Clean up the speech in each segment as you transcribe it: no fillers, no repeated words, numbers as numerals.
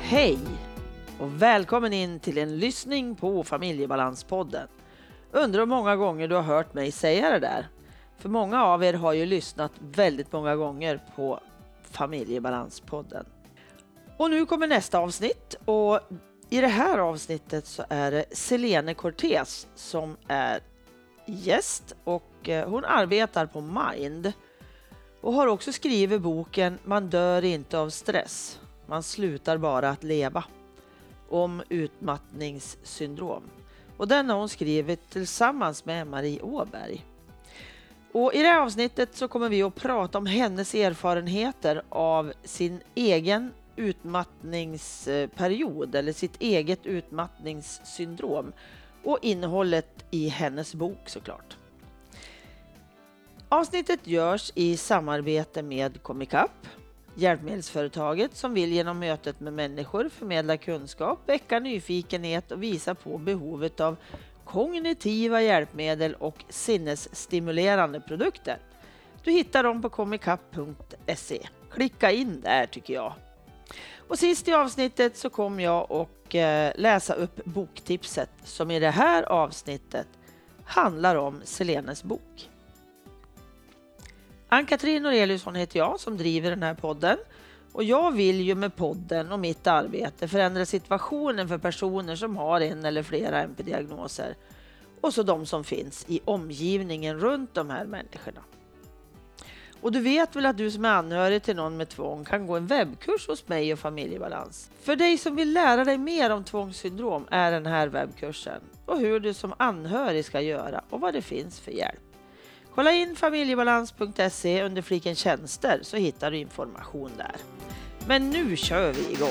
Hej och välkommen in till en lyssning på Familjebalanspodden. Undrar hur många gånger du har hört mig säga det där. För många av er har ju lyssnat väldigt många gånger på Familjebalanspodden. Och nu kommer nästa avsnitt, och i det här avsnittet så är det Selene Cortez som är gäst, och hon arbetar på Mind och har också skrivit boken Man dör inte av stress, man slutar bara att leva, om utmattningssyndrom. Och den har hon skrivit tillsammans med Marie Åberg. Och i det här avsnittet så kommer vi att prata om hennes erfarenheter av sin egen utmattningsperiod eller sitt eget utmattningssyndrom och innehållet i hennes bok såklart. Avsnittet görs i samarbete med Comicap, hjälpmedelsföretaget som vill genom mötet med människor förmedla kunskap, väcka nyfikenhet och visa på behovet av kognitiva hjälpmedel och sinnesstimulerande produkter. Du hittar dem på comicap.se. Klicka in där tycker jag. Och sist i avsnittet så kommer jag och läsa upp boktipset som i det här avsnittet handlar om Selenes bok. Ann-Katrin Noreliusson heter jag som driver den här podden, och jag vill ju med podden och mitt arbete förändra situationen för personer som har en eller flera MP-diagnoser och så de som finns i omgivningen runt de här människorna. Och du vet väl att du som är anhörig till någon med tvång kan gå en webbkurs hos mig och Familjebalans. För dig som vill lära dig mer om tvångssyndrom är den här webbkursen, och hur du som anhörig ska göra och vad det finns för hjälp. Kolla in familjebalans.se under fliken tjänster så hittar du information där. Men nu kör vi igång!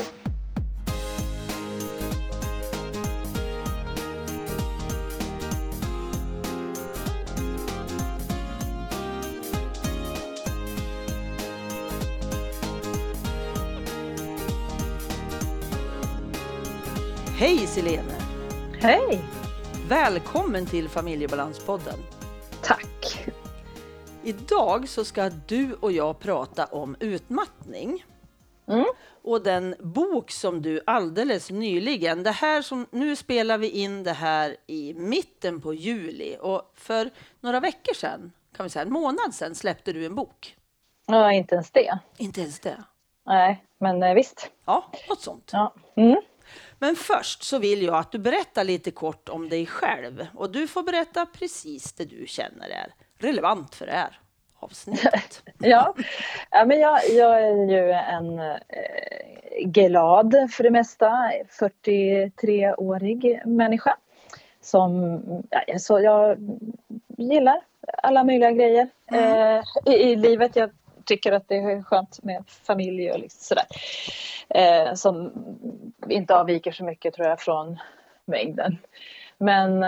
Hej Selene! Hej! Välkommen till Familjebalanspodden. Tack! Idag så ska du och jag prata om utmattning. Och den bok som du alldeles nyligen, det här som nu spelar vi in det här i mitten på juli, och för några veckor sedan, kan vi säga en månad sedan, släppte du en bok. Ja, inte ens det. Inte ens det? Nej, men visst. Ja, något sånt. Ja. Men först så vill jag att du berättar lite kort om dig själv, och du får berätta precis det du känner är relevant för det här avsnittet. Ja, men jag är ju en glad för det mesta 43-årig människa som så jag gillar alla möjliga grejer i livet. Jag tycker att det är skönt med familj och liksom sådär. Som inte avviker så mycket tror jag från mängden. Men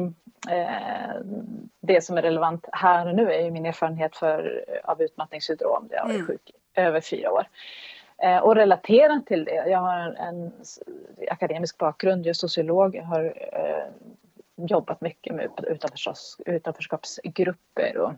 det som är relevant här och nu är ju min erfarenhet av utmattningssyndrom. Jag har varit sjuk i över 4 år. Och relaterat till det, jag har en akademisk bakgrund, jag är sociolog, jag har jobbat mycket med utanförskapsgrupper och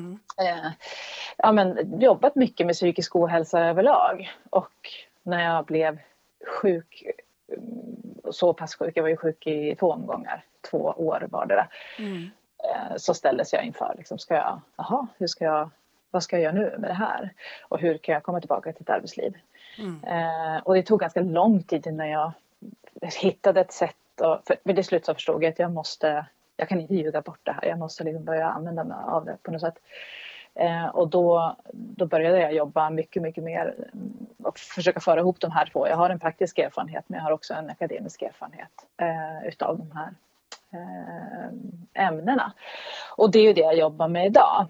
jobbat mycket med psykisk ohälsa överlag. Och när jag blev sjuk, så pass sjuk, jag var ju sjuk i 2 omgångar, 2 år var det där. Så ställdes jag inför, liksom, vad ska jag göra nu med det här? Och hur kan jag komma tillbaka till ett arbetsliv? Och det tog ganska lång tid innan jag hittade ett sätt. För det slut så förstod jag att jag kan inte ljuga bort det här. Jag måste liksom börja använda mig av det på något sätt. Och då började jag jobba mycket, mycket mer och försöka föra ihop de här två. Jag har en praktisk erfarenhet, men jag har också en akademisk erfarenhet utav de här ämnena. Och det är ju det jag jobbar med idag.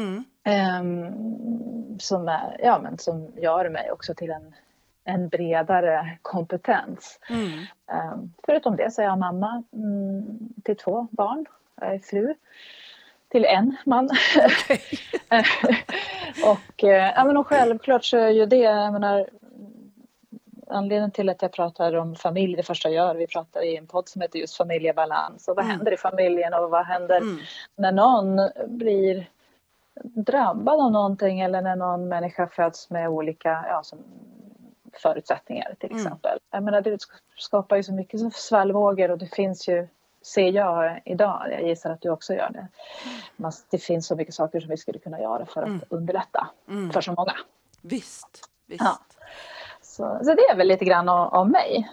Som gör mig också till en bredare kompetens. Förutom det så är jag mamma till 2 barn. Jag är fru till en man. Och självklart så är ju det, jag menar, anledningen till att jag pratar om familj, det första jag gör, vi pratar i en podd som heter just familjebalans. Och vad händer i familjen och vad händer när någon blir drabbad av någonting eller när någon människa föds med olika, som förutsättningar till exempel. Jag menar, det skapar ju så mycket svallvågor och det finns ju, ser jag idag, jag gissar att du också gör det. Det finns så mycket saker som vi skulle kunna göra för att underlätta för så många. Visst. Ja. Så det är väl lite grann om mig.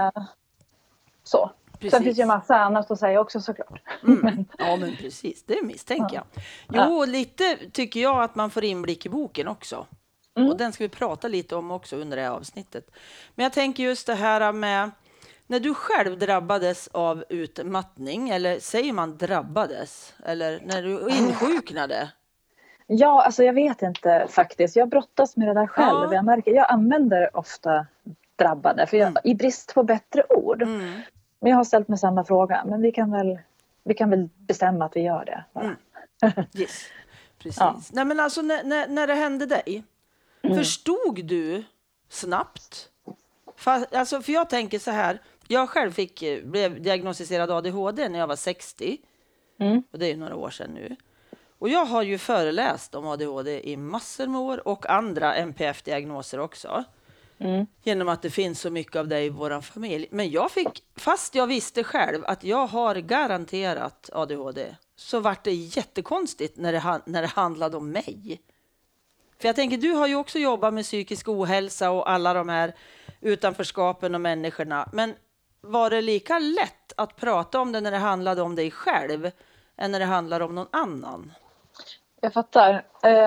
Så. Precis. Sen finns ju en massa annat att säga också såklart. Ja, men precis. Det misstänker jag. Jo, lite tycker jag att man får inblick i boken också. Och den ska vi prata lite om också under det här avsnittet. Men jag tänker just det här med när du själv drabbades av utmattning, eller säger man drabbades, eller när du insjuknade? Ja, alltså jag vet inte faktiskt. Jag brottas med det där själv. Jag använder ofta drabbade, för i brist på bättre ord. Men jag har ställt mig samma fråga, men vi kan väl bestämma att vi gör det. Yes. Precis. Ja. Nej, men alltså när det hände dig, förstod du snabbt? För jag tänker så här, jag själv blev diagnostiserad ADHD när jag var 60. Och det är några år sedan nu. Och jag har ju föreläst om ADHD i massor med år och andra NPF-diagnoser också. Genom att det finns så mycket av det i vår familj. Men fast jag visste själv att jag har garanterat ADHD, så var det jättekonstigt när det handlade om mig. För jag tänker, du har ju också jobbat med psykisk ohälsa och alla de här utanförskapen och människorna. Men var det lika lätt att prata om det när det handlade om dig själv än när det handlar om någon annan? Jag fattar.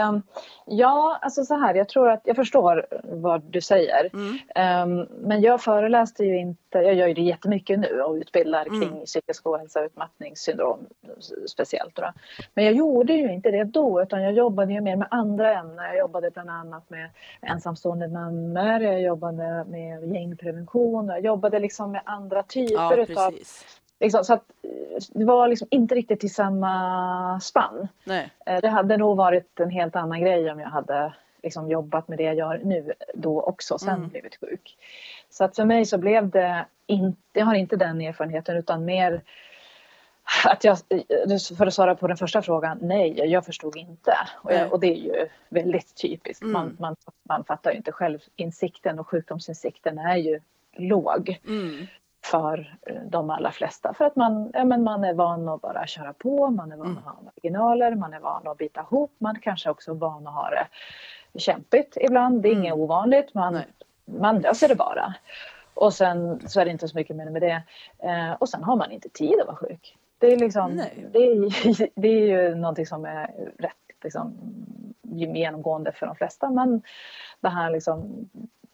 Ja, alltså så här, jag tror att jag förstår vad du säger. Men jag föreläste ju inte, jag gör ju det jättemycket nu och utbildar kring psykisk ohälsa och utmattningssyndrom speciellt. Då. Men jag gjorde ju inte det då, utan jag jobbade ju mer med andra ämnen. Jag jobbade bland annat med ensamstående mammor, jag jobbade med gängprevention, jag jobbade liksom med andra typer utav... Liksom, så att det var liksom inte riktigt i samma spann. Nej. Det hade nog varit en helt annan grej om jag hade liksom jobbat med det jag gör nu då också, sen blivit sjuk. Så att för mig så blev det inte, jag har inte den erfarenheten, utan mer att jag, för att svara på den första frågan, nej, jag förstod inte. Och det är ju väldigt typiskt. Man fattar ju inte själv, insikten och sjukdomsinsikten är ju låg. För de allra flesta. För att man är van att bara köra på, man är van att ha marginaler, man är van att bita ihop, man kanske också är van att ha det kämpigt ibland. Det är inget ovanligt, man löser det bara. Och sen så är det inte så mycket mer med det. Och sen har man inte tid att vara sjuk. Det är liksom, det är ju någonting som är rätt liksom, genomgående för de flesta. Men det här liksom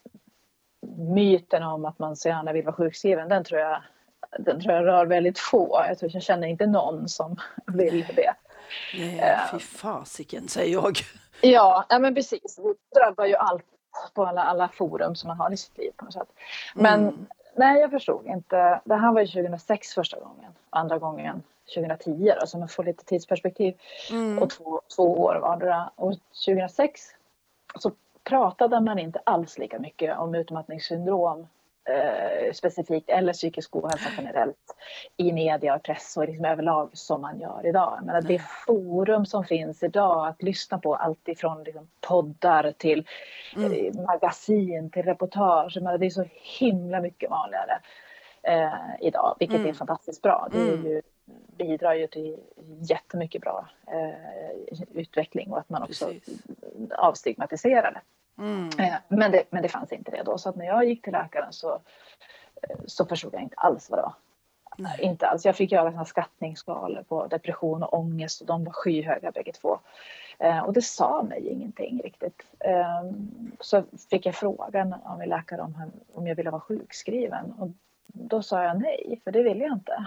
myten om att man så gärna vill vara sjukskriven, den tror jag rör väldigt få. Jag känner inte någon som vill det. Nej, fy fasiken, säger jag. Ja, men precis. Det drabbar ju allt på alla forum som man har i sitt liv på något sätt. Men nej, jag förstod inte. Det här var ju 2006 första gången. Andra gången 2010 då, så man får lite tidsperspektiv. Och två år vardera. Och 2006 så pratade man inte alls lika mycket om utmattningssyndrom specifikt eller psykisk ohälsa generellt i media och press och liksom överlag som man gör idag. Men det forum som finns idag att lyssna på, allt ifrån liksom poddar till magasin till reportage, men det är så himla mycket vanligare idag, vilket är fantastiskt bra. Det är ju, bidrar ju till jättemycket bra utveckling och att man också avstigmatiserar det. Men det fanns inte det då. Så att när jag gick till läkaren så förstod jag inte alls vad det var. Nej. Inte alls. Jag fick göra såna skattningsskalor på depression och ångest och de var skyhöga bägge två. Och det sa mig ingenting riktigt. Så fick jag frågan av min läkare om jag ville vara sjukskriven. Och då sa jag nej, för det ville jag inte.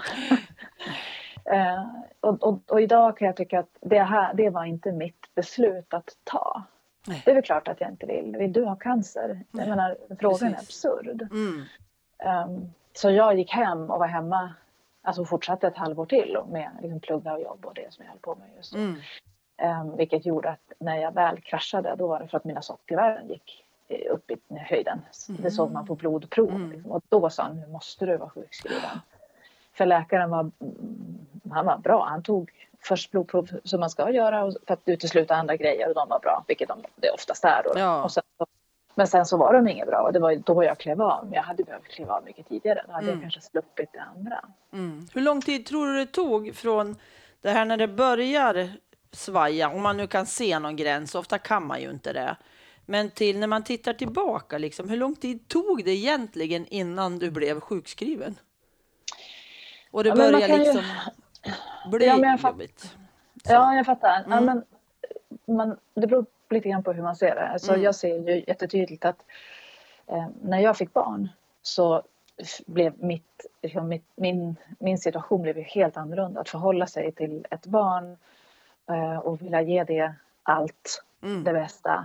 Och idag kan jag tycka att det var inte mitt beslut att ta. Nej. Det är väl klart att jag inte vill. Vill du ha cancer? Jag menar, frågan är absurd. Så jag gick hem och var hemma. Alltså fortsatte ett halvår till med liksom plugga och jobb och det som jag höll på med just då. Vilket gjorde att när jag väl kraschade, då var det för att mina sockervärden gick upp i höjden. Det såg man på blodprov. Liksom. Och då sa han, nu måste du vara sjukskriven. För läkaren han var bra. Han tog först blodprov som man ska göra för att utesluta andra grejer och de var bra, vilket det oftast är. Och sen Men sen så var de inget bra och det var då jag klev av. Men jag hade behövt kliva av mycket tidigare. Då hade jag kanske sluppit det andra. Hur lång tid tror du det tog från det här när det börjar svaja, om man nu kan se någon gräns, ofta kan man ju inte det, men till när man tittar tillbaka, liksom, hur lång tid tog det egentligen innan du blev sjukskriven? Och det börjar liksom bli jobbigt. Ja, jag fattar. Ja, men det beror lite grann på hur man ser det. Alltså, jag ser ju jättetydligt att när jag fick barn så blev min situation blev ju helt annorlunda. Att förhålla sig till ett barn och vilja ge det allt, det bästa.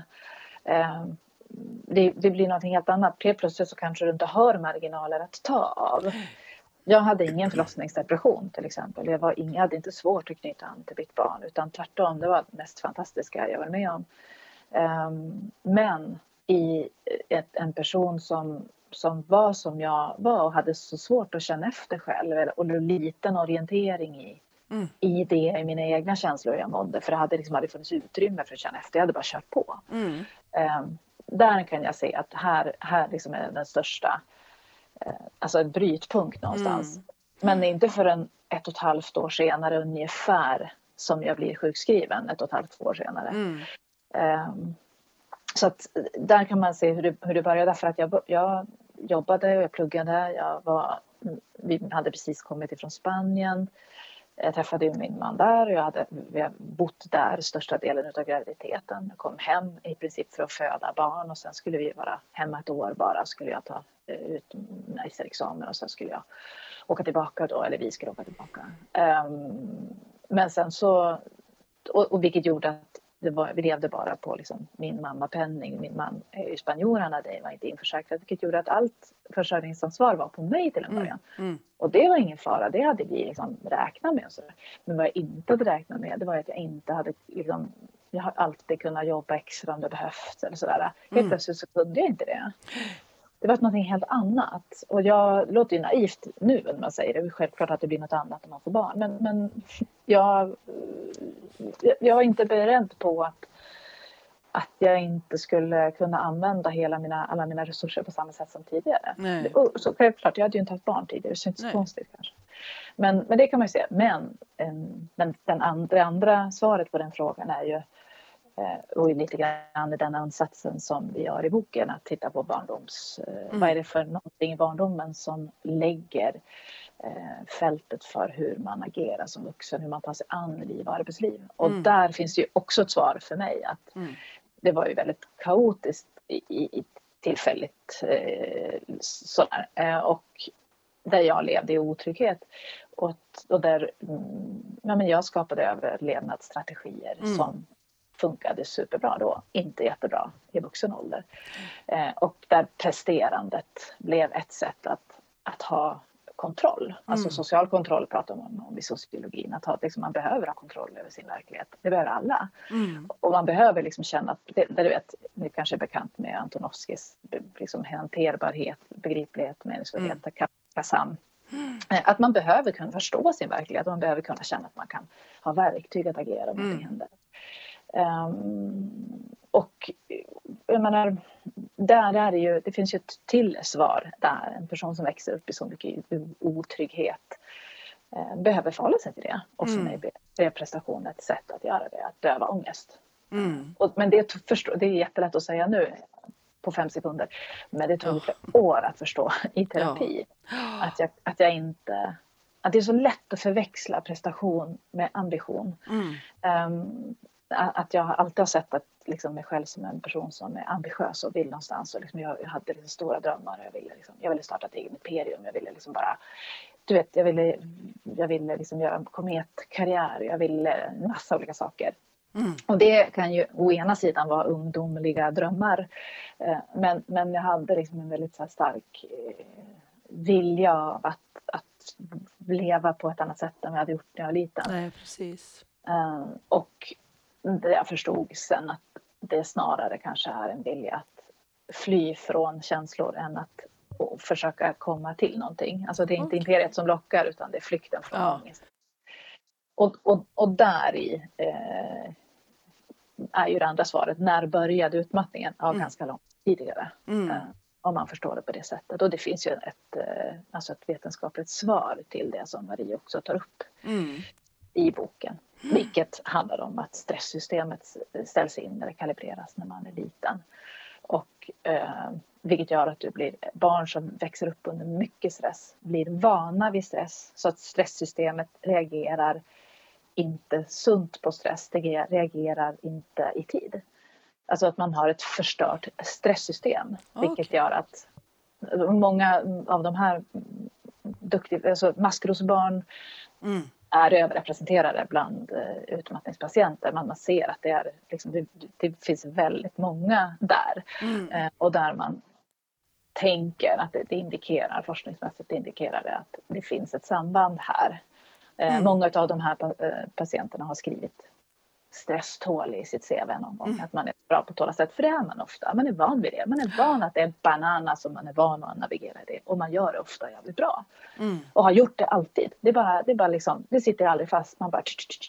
Det blir något helt annat. Helt plötsligt så kanske du inte har marginaler att ta av. Jag hade ingen förlossningsdepression till exempel. Jag hade inte svårt att knyta an till mitt barn, utan tvärtom, det var det mest fantastiska jag var med om. Men i en person som var som jag var och hade så svårt att känna efter själv och liten orientering i mina egna känslor jag mådde, för det hade liksom aldrig funnits utrymme för att känna efter, jag hade bara kört på. Där kan jag se att här liksom är den största, alltså en brytpunkt någonstans. Men inte förrän 1,5 år senare ungefär som jag blir sjukskriven, 1,5 år senare. Så att där kan man se hur det började, för att jag jobbade och jag pluggade. Vi hade precis kommit ifrån Spanien. Jag träffade ju min man där och vi har bott där största delen av graviditeten. Jag kom hem i princip för att föda barn och sen skulle vi vara hemma 1 år bara. Skulle jag ta ut examen och sen skulle jag åka tillbaka då, eller vi skulle åka tillbaka. Men sen så, och vilket gjorde att vi levde bara på liksom min mammapenning. Min man är ju spanjor, han var inte införsäkrad, vilket gjorde att allt försörjningsansvar var på mig till en början. Och det var ingen fara, det hade vi liksom räknat med. Och så. Men vad jag inte hade räknat med, det var att jag inte hade liksom, jag har alltid kunnat jobba extra om det behövs eller sådär. Helt plötsligt så kunde jag inte det. Det var någonting helt annat. Och jag låter ju naivt nu när man säger det. Det är självklart att det blir något annat om man får barn. Men jag var inte beredd på att jag inte skulle kunna använda alla mina resurser på samma sätt som tidigare. Så självklart, jag hade ju inte haft barn tidigare. Det är inte så konstigt kanske. Men det kan man ju se. Men det andra svaret på den frågan är ju, och lite grann i den ansatsen som vi har i boken, att titta på vad är det för någonting i barndomen som lägger fältet för hur man agerar som vuxen, hur man tar sig an liv och arbetsliv. Och där finns det ju också ett svar för mig att det var ju väldigt kaotiskt i tillfälligt sådär, och där jag levde i otrygghet och där jag skapade överlevnadsstrategier som funkade superbra då, inte jättebra i vuxen ålder. Och där presterandet blev ett sätt att ha kontroll. Alltså social kontroll pratar man om i sociologin. Att liksom, man behöver ha kontroll över sin verklighet. Det behöver alla. Och man behöver liksom känna att, ni kanske är bekant med Antonovskis liksom hanterbarhet, begriplighet, meningsfullhet, KASAM. Att man behöver kunna förstå sin verklighet. Man behöver kunna känna att man kan ha verktyg att agera om någonting händer. Och jag menar, där är det ju, det finns ju ett till svar där. En person som växer upp i så mycket otrygghet behöver förhålla sig till det. Och för mig är prestation ett sätt att göra det, att döva ångest. Men det är jättelätt att säga nu på 5 sekunder. Men det tog år att förstå i terapi. Att jag inte... Att det är så lätt att förväxla prestation med ambition. Att jag alltid har sett att, liksom, mig själv som en person som är ambitiös och vill någonstans. Och liksom, jag hade liksom stora drömmar. Jag ville starta ett eget imperium. Jag ville liksom bara... Du vet, jag ville liksom göra en kometkarriär. Jag ville en massa olika saker. Och det kan ju å ena sidan vara ungdomliga drömmar. Men jag hade liksom en väldigt så här stark vilja av att leva på ett annat sätt än jag hade gjort när jag var liten. Nej, precis. Och det jag förstod sen att det snarare kanske är en vilja att fly från känslor än att försöka komma till någonting. Alltså det är inte imperiet som lockar, utan det är flykten från ångest. Och där i är ju det andra svaret. När började utmattningen? Ja, ganska långt tidigare. Om man förstår det på det sättet. Och det finns ju ett vetenskapligt svar till det som Marie också tar upp i boken. Vilket handlar om att stresssystemet ställs in eller kalibreras när man är liten. Och vilket gör att barn som växer upp under mycket stress blir vana vid stress. Så att stresssystemet reagerar inte sunt på stress. Det reagerar inte i tid. Alltså att man har ett förstört stresssystem. Okay. Vilket gör att många av de här maskrosbarn är överrepresenterade bland utmattningspatienter. Man ser att det finns väldigt många där. Och där man tänker att det indikerar, forskningsmässigt indikerar det att det finns ett samband här. Många av de här patienterna har skrivit stresstål i sitt CV någon gång. Att man är bra på att tåla stress. För det är man ofta. Man är van vid det. Man är van att det är banan som man är van att navigera i det. Och man gör det ofta jävligt bra. Och har gjort det alltid. Det är bara liksom, det sitter aldrig fast. Man bara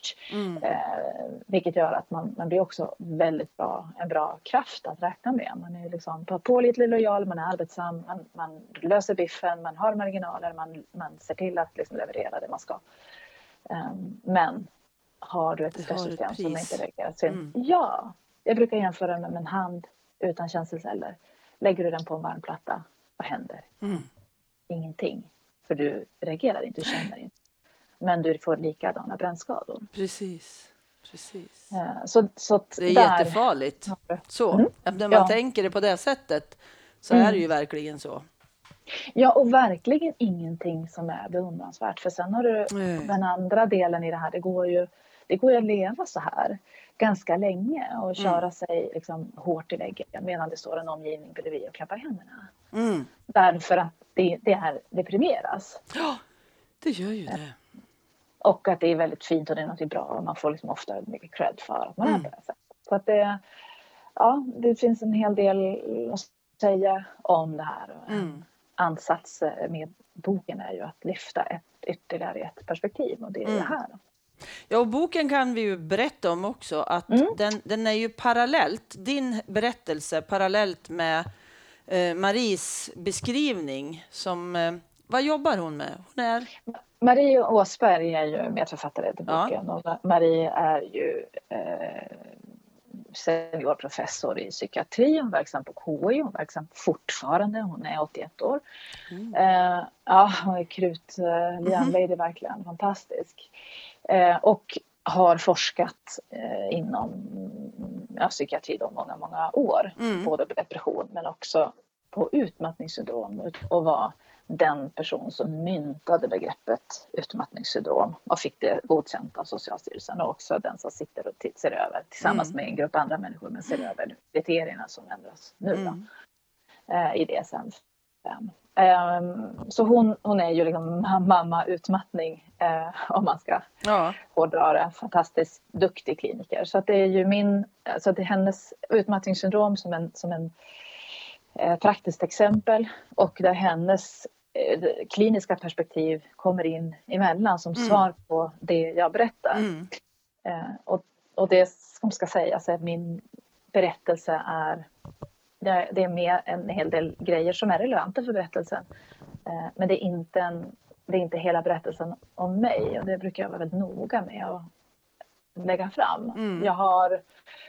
vilket gör att man blir också väldigt bra, en bra kraft att räkna med. Man är liksom pålitlig, lojal, man är arbetsam, man löser biffen, man har marginaler, man ser till att liksom leverera det man ska. Men har du ett stresssystem som inte reagerar? Ja, jag brukar jämföra med en hand utan känselceller. Lägger du den på en varmplatta, vad händer? Ingenting. För du reagerar inte, du känner inte. Men du får likadana brännskador. Precis. Så det är jättefarligt. Så. När man tänker det på det sättet så är det ju verkligen så. Ja, och verkligen ingenting som är beundransvärt. För sen har du den andra delen i det här. Det går ju att leva så här ganska länge och köra sig liksom hårt i väggen medan det står en omgivning bredvid och klappar händerna. Därför att det deprimeras. Ja, det gör ju det. Och att det är väldigt fint och det är något bra och man får liksom ofta mycket cred för att man är på det sättet. Så att det finns en hel del att säga om det här. Ansats med boken är ju att lyfta ytterligare ett perspektiv och det är det här. Ja, och boken kan vi ju berätta om också att den är ju parallellt, din berättelse parallellt med Maries beskrivning som, vad jobbar hon med? Marie Åsberg är ju medförfattare till boken och Marie är ju seniorprofessor i psykiatri, hon är verksam på KI, hon är verksam fortfarande, hon är 81 år. Hon är krut-lady, verkligen fantastisk. Och har forskat inom psykiatri då många år. Både på depression men också på utmattningssyndrom och var den person som myntade begreppet utmattningssyndrom och fick det godkänt av Socialstyrelsen och också den som sitter och ser över tillsammans med en grupp andra människor men ser över kriterierna som ändras nu då, i DSM-5. Så hon är ju liksom mamma utmattning om man ska hårdra det. Fantastiskt duktig kliniker. Så att det är ju det är hennes utmattningssyndrom som en praktiskt exempel och där hennes kliniska perspektiv kommer in emellan som svar på det jag berättar. Och det som ska sägas är att min berättelse det är med en hel del grejer som är relevanta för berättelsen. Men det är inte hela berättelsen om mig och det brukar jag vara väldigt noga med att lägga fram. Jag har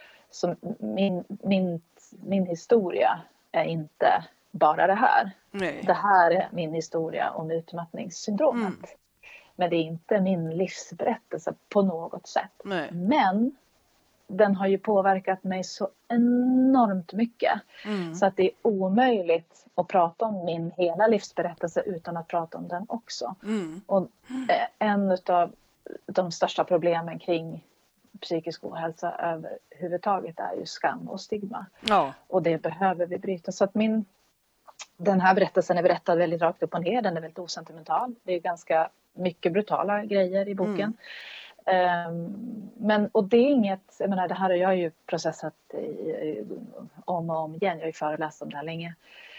min historia är inte bara det här. Nej. Det här är min historia om utmattningssyndromet. Men det är inte min livsberättelse på något sätt. Nej. Men den har ju påverkat mig så enormt mycket. Så att det är omöjligt att prata om min hela livsberättelse utan att prata om den också. Och en av de största problemen kring psykisk ohälsa överhuvudtaget är ju skam och stigma. Ja. Och det behöver vi bryta. Så att den här berättelsen är berättad väldigt rakt upp och ner. Den är väldigt osentimental. Det är ganska mycket brutala grejer i boken. Och det är inget, jag menar, det här har jag ju processat om och om igen. Jag har ju föreläst om det här länge.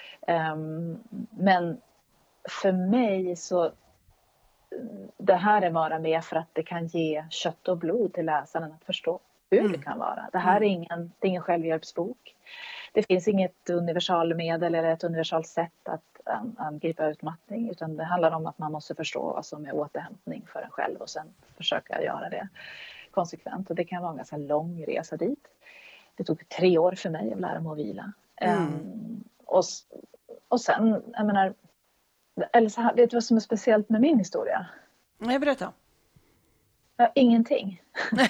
Men för mig så det här är bara med för att det kan ge kött och blod till läsaren att förstå hur det kan vara. Det här är det är ingen självhjälpsbok. Det finns inget universalmedel eller ett universalt sätt att angripa utmattning, utan det handlar om att man måste förstå vad som är återhämtning för en själv och sen försöka göra det konsekvent. Och det kan vara en ganska lång resa dit. Det tog 3 år för mig att lära mig att vila. Och sen, jag menar, eller så här, vet du vad som är speciellt med min historia? Nej, berätta. Ja, ingenting.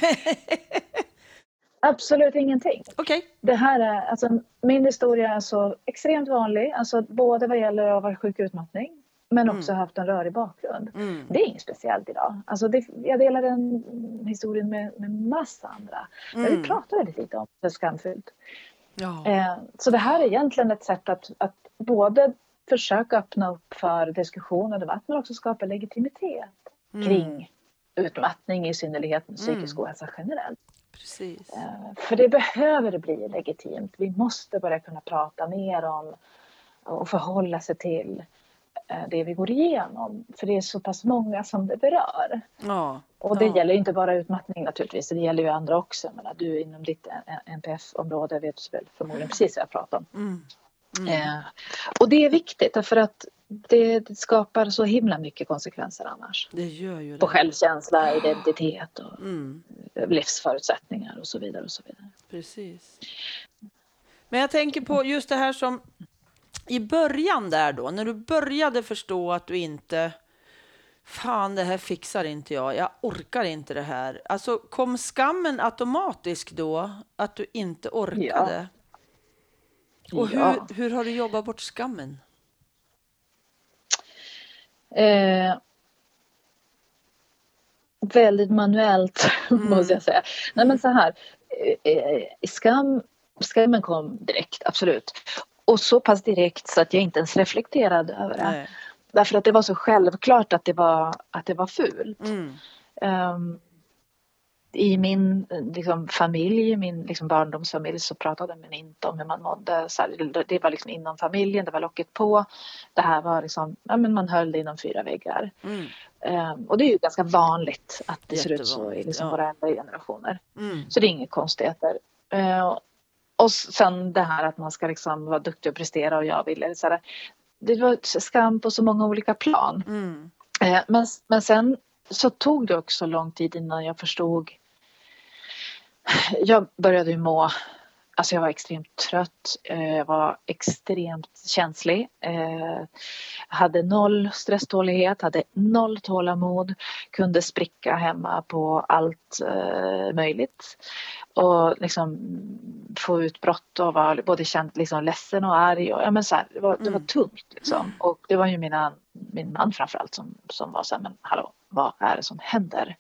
Absolut ingenting. Okej. Det här är, alltså, min historia är så extremt vanlig. Alltså, både vad gäller att vara sjuk utmattning, men också haft en rörig bakgrund. Det är inget speciellt idag. Alltså, jag delar den historien med massa andra. Men vi pratar väldigt lite om det, skamfyllt. Ja. Så det här är egentligen ett sätt att både försöka öppna upp för diskussion och debatt, men också skapa legitimitet kring utmattning, i synnerhet med psykisk ohälsa generellt. Precis. För det behöver bli legitimt. Vi måste börja kunna prata mer om och förhålla sig till det vi går igenom. För det är så pass många som det berör. Ja. Och det gäller ju inte bara utmattning naturligtvis. Det gäller ju andra också. Men du inom ditt NPF-område vet väl förmodligen precis vad jag pratar om. Och det är viktigt därför att det skapar så himla mycket konsekvenser annars. Det gör ju det. På självkänsla, identitet och livsförutsättningar och så vidare och så vidare. Precis. Men jag tänker på just det här som i början där då, när du började förstå att du inte, fan det här fixar inte jag orkar inte det här. Alltså kom skammen automatiskt då att du inte orkade? Ja. Och hur har du jobbat bort skammen? Väldigt manuellt måste jag säga. Nej, men så här, skammen kom direkt, absolut. Och så pass direkt så att jag inte ens reflekterade över det. Nej. Därför att det var så självklart att det var fult. I min familj, min barndomsfamilj, så pratade man inte om hur man mådde. Så här, det var inom familjen, det var locket på. Det här var man höll det inom 4 väggar. Och det är ju ganska vanligt att det ser ut så i våra äldre generationer. Så det är inget konstigheter. Och sen det här att man ska vara duktig och prestera, och jag ville. Så här, det var skam på så många olika plan. Men sen så tog det också lång tid innan jag förstod. Jag började ju alltså jag var extremt trött, jag var extremt känslig, hade 0 stresstålighet, hade 0 tålamod, kunde spricka hemma på allt möjligt och få utbrott och var både känd ledsen och arg och det var tungt och det var ju min man framförallt som var så här, men hallå, vad är det som händer?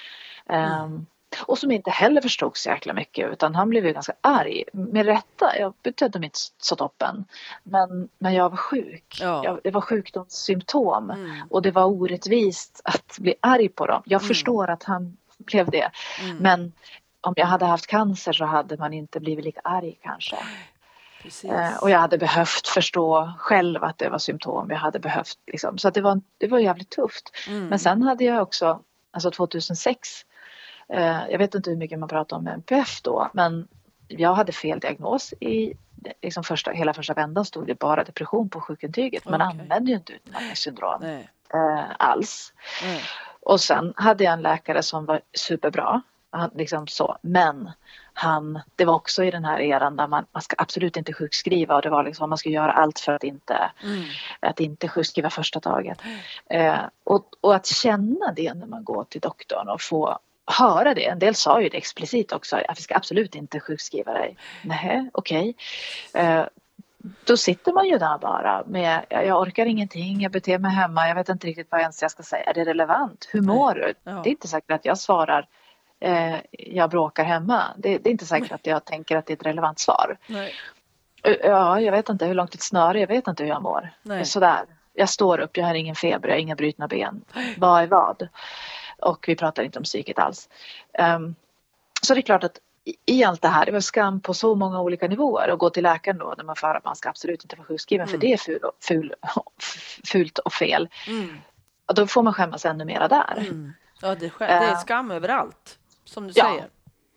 Och som inte heller förstod så jäkla mycket, utan han blev ju ganska arg. Med rätta, jag betedde mig inte så toppen. Men jag var sjuk. Det var sjukdomssymptom. Och det var orättvist att bli arg på dem. Jag förstår att han blev det. Men om jag hade haft cancer så hade man inte blivit lika arg kanske. Och jag hade behövt förstå själv att det var symptom. Jag hade behövt så att det var jävligt tufft. Men sen hade jag också, 2006, jag vet inte hur mycket man pratar om NPF då, men jag hade fel diagnos i hela första vändan stod det bara depression på sjukintyget. Man använde ju inte utmattningssyndrom alls. Och sen hade jag en läkare som var superbra, men det var också i den här eran där man ska absolut inte sjukskriva, och det var man ska göra allt för att inte sjukskriva första taget. Och att känna det när man går till doktorn och få höra det. En del sa ju det explicit också, att vi ska absolut inte sjukskriva dig. Nej, okej. Då sitter man ju där bara med, jag orkar ingenting, jag beter mig hemma, jag vet inte riktigt vad ens jag ska säga. Är det relevant? Hur mår du? Ja. Det är inte säkert att jag svarar jag bråkar hemma. Det är inte säkert att jag tänker att det är ett relevant svar. Nej. Ja, jag vet inte hur långt ett snöre, jag vet inte hur jag mår. Sådär. Jag står upp, jag har ingen feber, jag har inga brutna ben. Vad är vad? Och vi pratar inte om psyket alls. Så det är klart att i allt det här, det var skam på så många olika nivåer. Och gå till läkaren då, när man för att man ska absolut inte vara sjukskriven. För det är fult och fel. Och då får man skämmas ännu mera där. Ja, det är skam överallt, som du säger.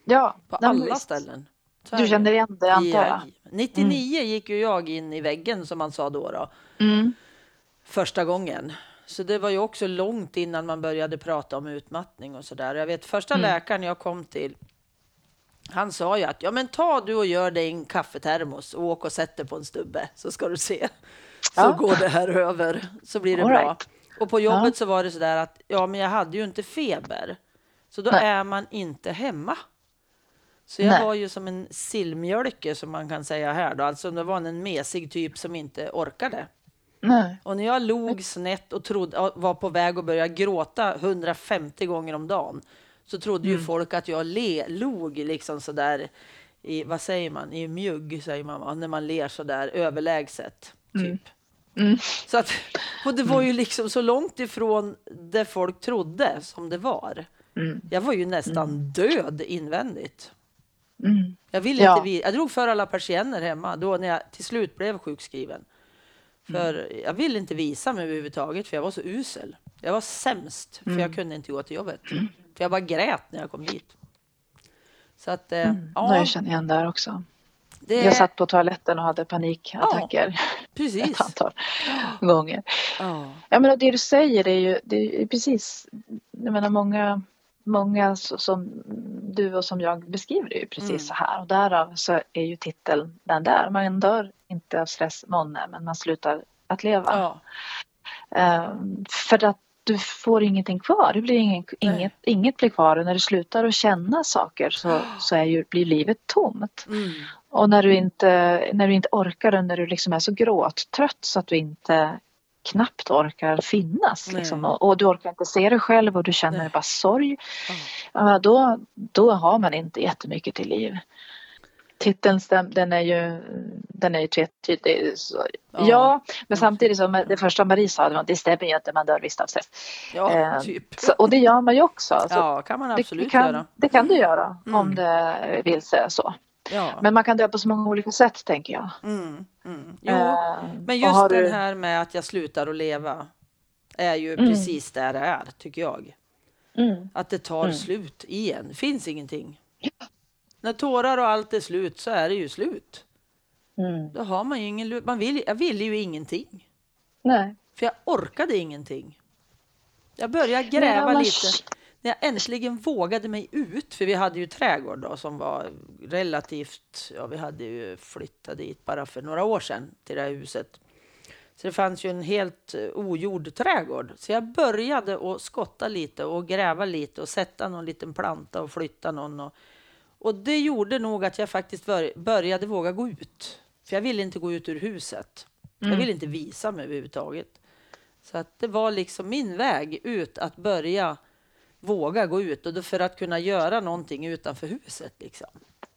Ja, på nej, men alla visst. ställen. Så är Du det. känner igen det, antar jag. 99 gick ju jag in i väggen som man sa då. Mm. Första gången. Så det var ju också långt innan man började prata om utmattning och sådär. Jag vet första läkaren jag kom till, han sa ju att ja men ta du och gör dig en kaffetermos och åk och sätt dig på en stubbe så ska du se. Så Ja. går det här över så blir det All bra. right. Och på jobbet så var det sådär att ja men jag hade ju inte feber. Så då Nej. är man inte hemma. Så jag Nej. var ju som en sillmjölke som man kan säga här då. Alltså det var en mesig typ som inte orkade. Nej. Och när jag log snett och var på väg att börja gråta 150 gånger om dagen så trodde ju folk att jag log liksom sådär i, vad säger man, i mjugg säger man när man ler sådär överlägset typ. Så att, och det var ju liksom så långt ifrån det folk trodde som det var. Jag var ju nästan död invändigt. Jag ville inte jag drog för alla persienner hemma då när jag till slut blev sjukskriven. För jag ville inte visa mig överhuvudtaget för jag var så usel. Jag var sämst för jag kunde inte gå till jobbet. För jag bara grät när jag kom dit. Så att, ja. Jag känner igen där också. Det... Jag satt på toaletten och hade panikattacker. Ja, precis. Ett antal gånger. Ja. Ja, men det du säger det är precis, jag menar många som du och som jag beskriver det ju precis så här. Och därav så är ju titeln den där. Man dör inte av stress, men man slutar att leva. Ja. För att du får ingenting kvar. Det blir inget blir kvar. Och när du slutar att känna saker så blir livet tomt. Och när du inte orkar och när du liksom är så gråttrött så att du inte knappt orkar finnas. Liksom. Och du orkar inte se dig själv och du känner bara sorg. Då har man inte jättemycket till liv. Titeln den är ju tvetydig. Ja, men samtidigt som det första Marie sa, det stämmer ju inte, man dör visst av stress. Ja, typ. Och det gör man ju också. Ja, kan man absolut göra. Det kan du göra om det vill säga så. Ja. Men man kan dö på så många olika sätt, tänker jag. Jo, men just den här med att jag slutar att leva är ju precis där det är, tycker jag. Att det tar slut igen. Finns ingenting. När tårar och allt är slut så är det ju slut. Då har man ju ingen... Jag ville ju ingenting. Nej. För jag orkade ingenting. Jag började gräva lite. När jag äntligen vågade mig ut. För vi hade ju trädgård då som var relativt... Ja, vi hade ju flyttat dit bara för några år sedan till det här huset. Så det fanns ju en helt ogjord trädgård. Så jag började att skotta lite och gräva lite och sätta någon liten planta och flytta någon. Och det gjorde nog att jag faktiskt började våga gå ut. För jag ville inte gå ut ur huset. Jag ville inte visa mig överhuvudtaget. Så att det var liksom min väg ut att börja våga gå ut. Och då för att kunna göra någonting utanför huset liksom.